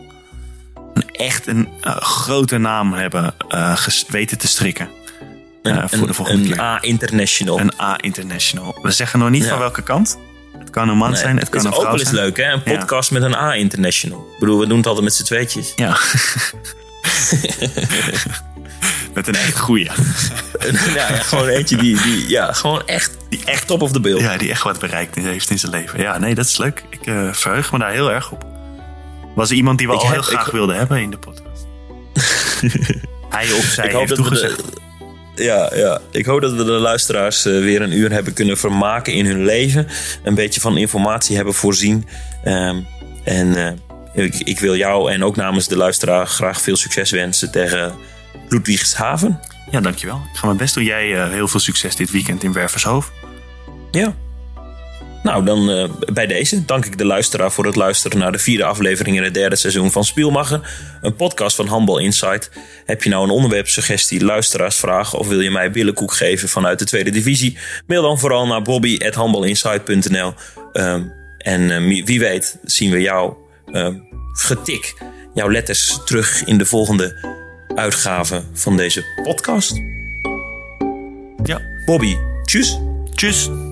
grote naam hebben weten te strikken. Voor de volgende keer. Een A-international. Een A-international. We zeggen nog niet van welke kant. Het kan een man zijn, het kan een vrouw zijn. Het is ook wel eens leuk, hè? Een podcast met een A-international. Ik bedoel, we doen het altijd met z'n tweetjes. Ja. Met een echt goeie. Gewoon eentje die gewoon echt top of the bill. Ja, die echt wat bereikt heeft in zijn leven. Ja, nee, dat is leuk. Ik verheug me daar heel erg op. Was er iemand die we al heel graag wilden hebben in de podcast? Hij of zij heeft toegezegd. Ja, ik hoop dat we de luisteraars weer een uur hebben kunnen vermaken in hun leven. Een beetje van informatie hebben voorzien. Ik wil jou en ook namens de luisteraar graag veel succes wensen tegen Ludwigshaven. Ja, dankjewel. Ik ga mijn best doen. Jij heel veel succes dit weekend in Wervershoof. Ja. Nou, dan bij deze dank ik de luisteraar voor het luisteren naar de 4e aflevering in het 3e seizoen van Spielmacher. Een podcast van Handbal Insight. Heb je nou een onderwerpsuggestie, luisteraarsvraag of wil je mij billenkoek geven vanuit de 2e divisie? Mail dan vooral naar bobby@handbalinsight.nl. En wie weet zien we jouw getik, jouw letters terug in de volgende uitgave van deze podcast. Ja. Bobby, tjus. Tjus.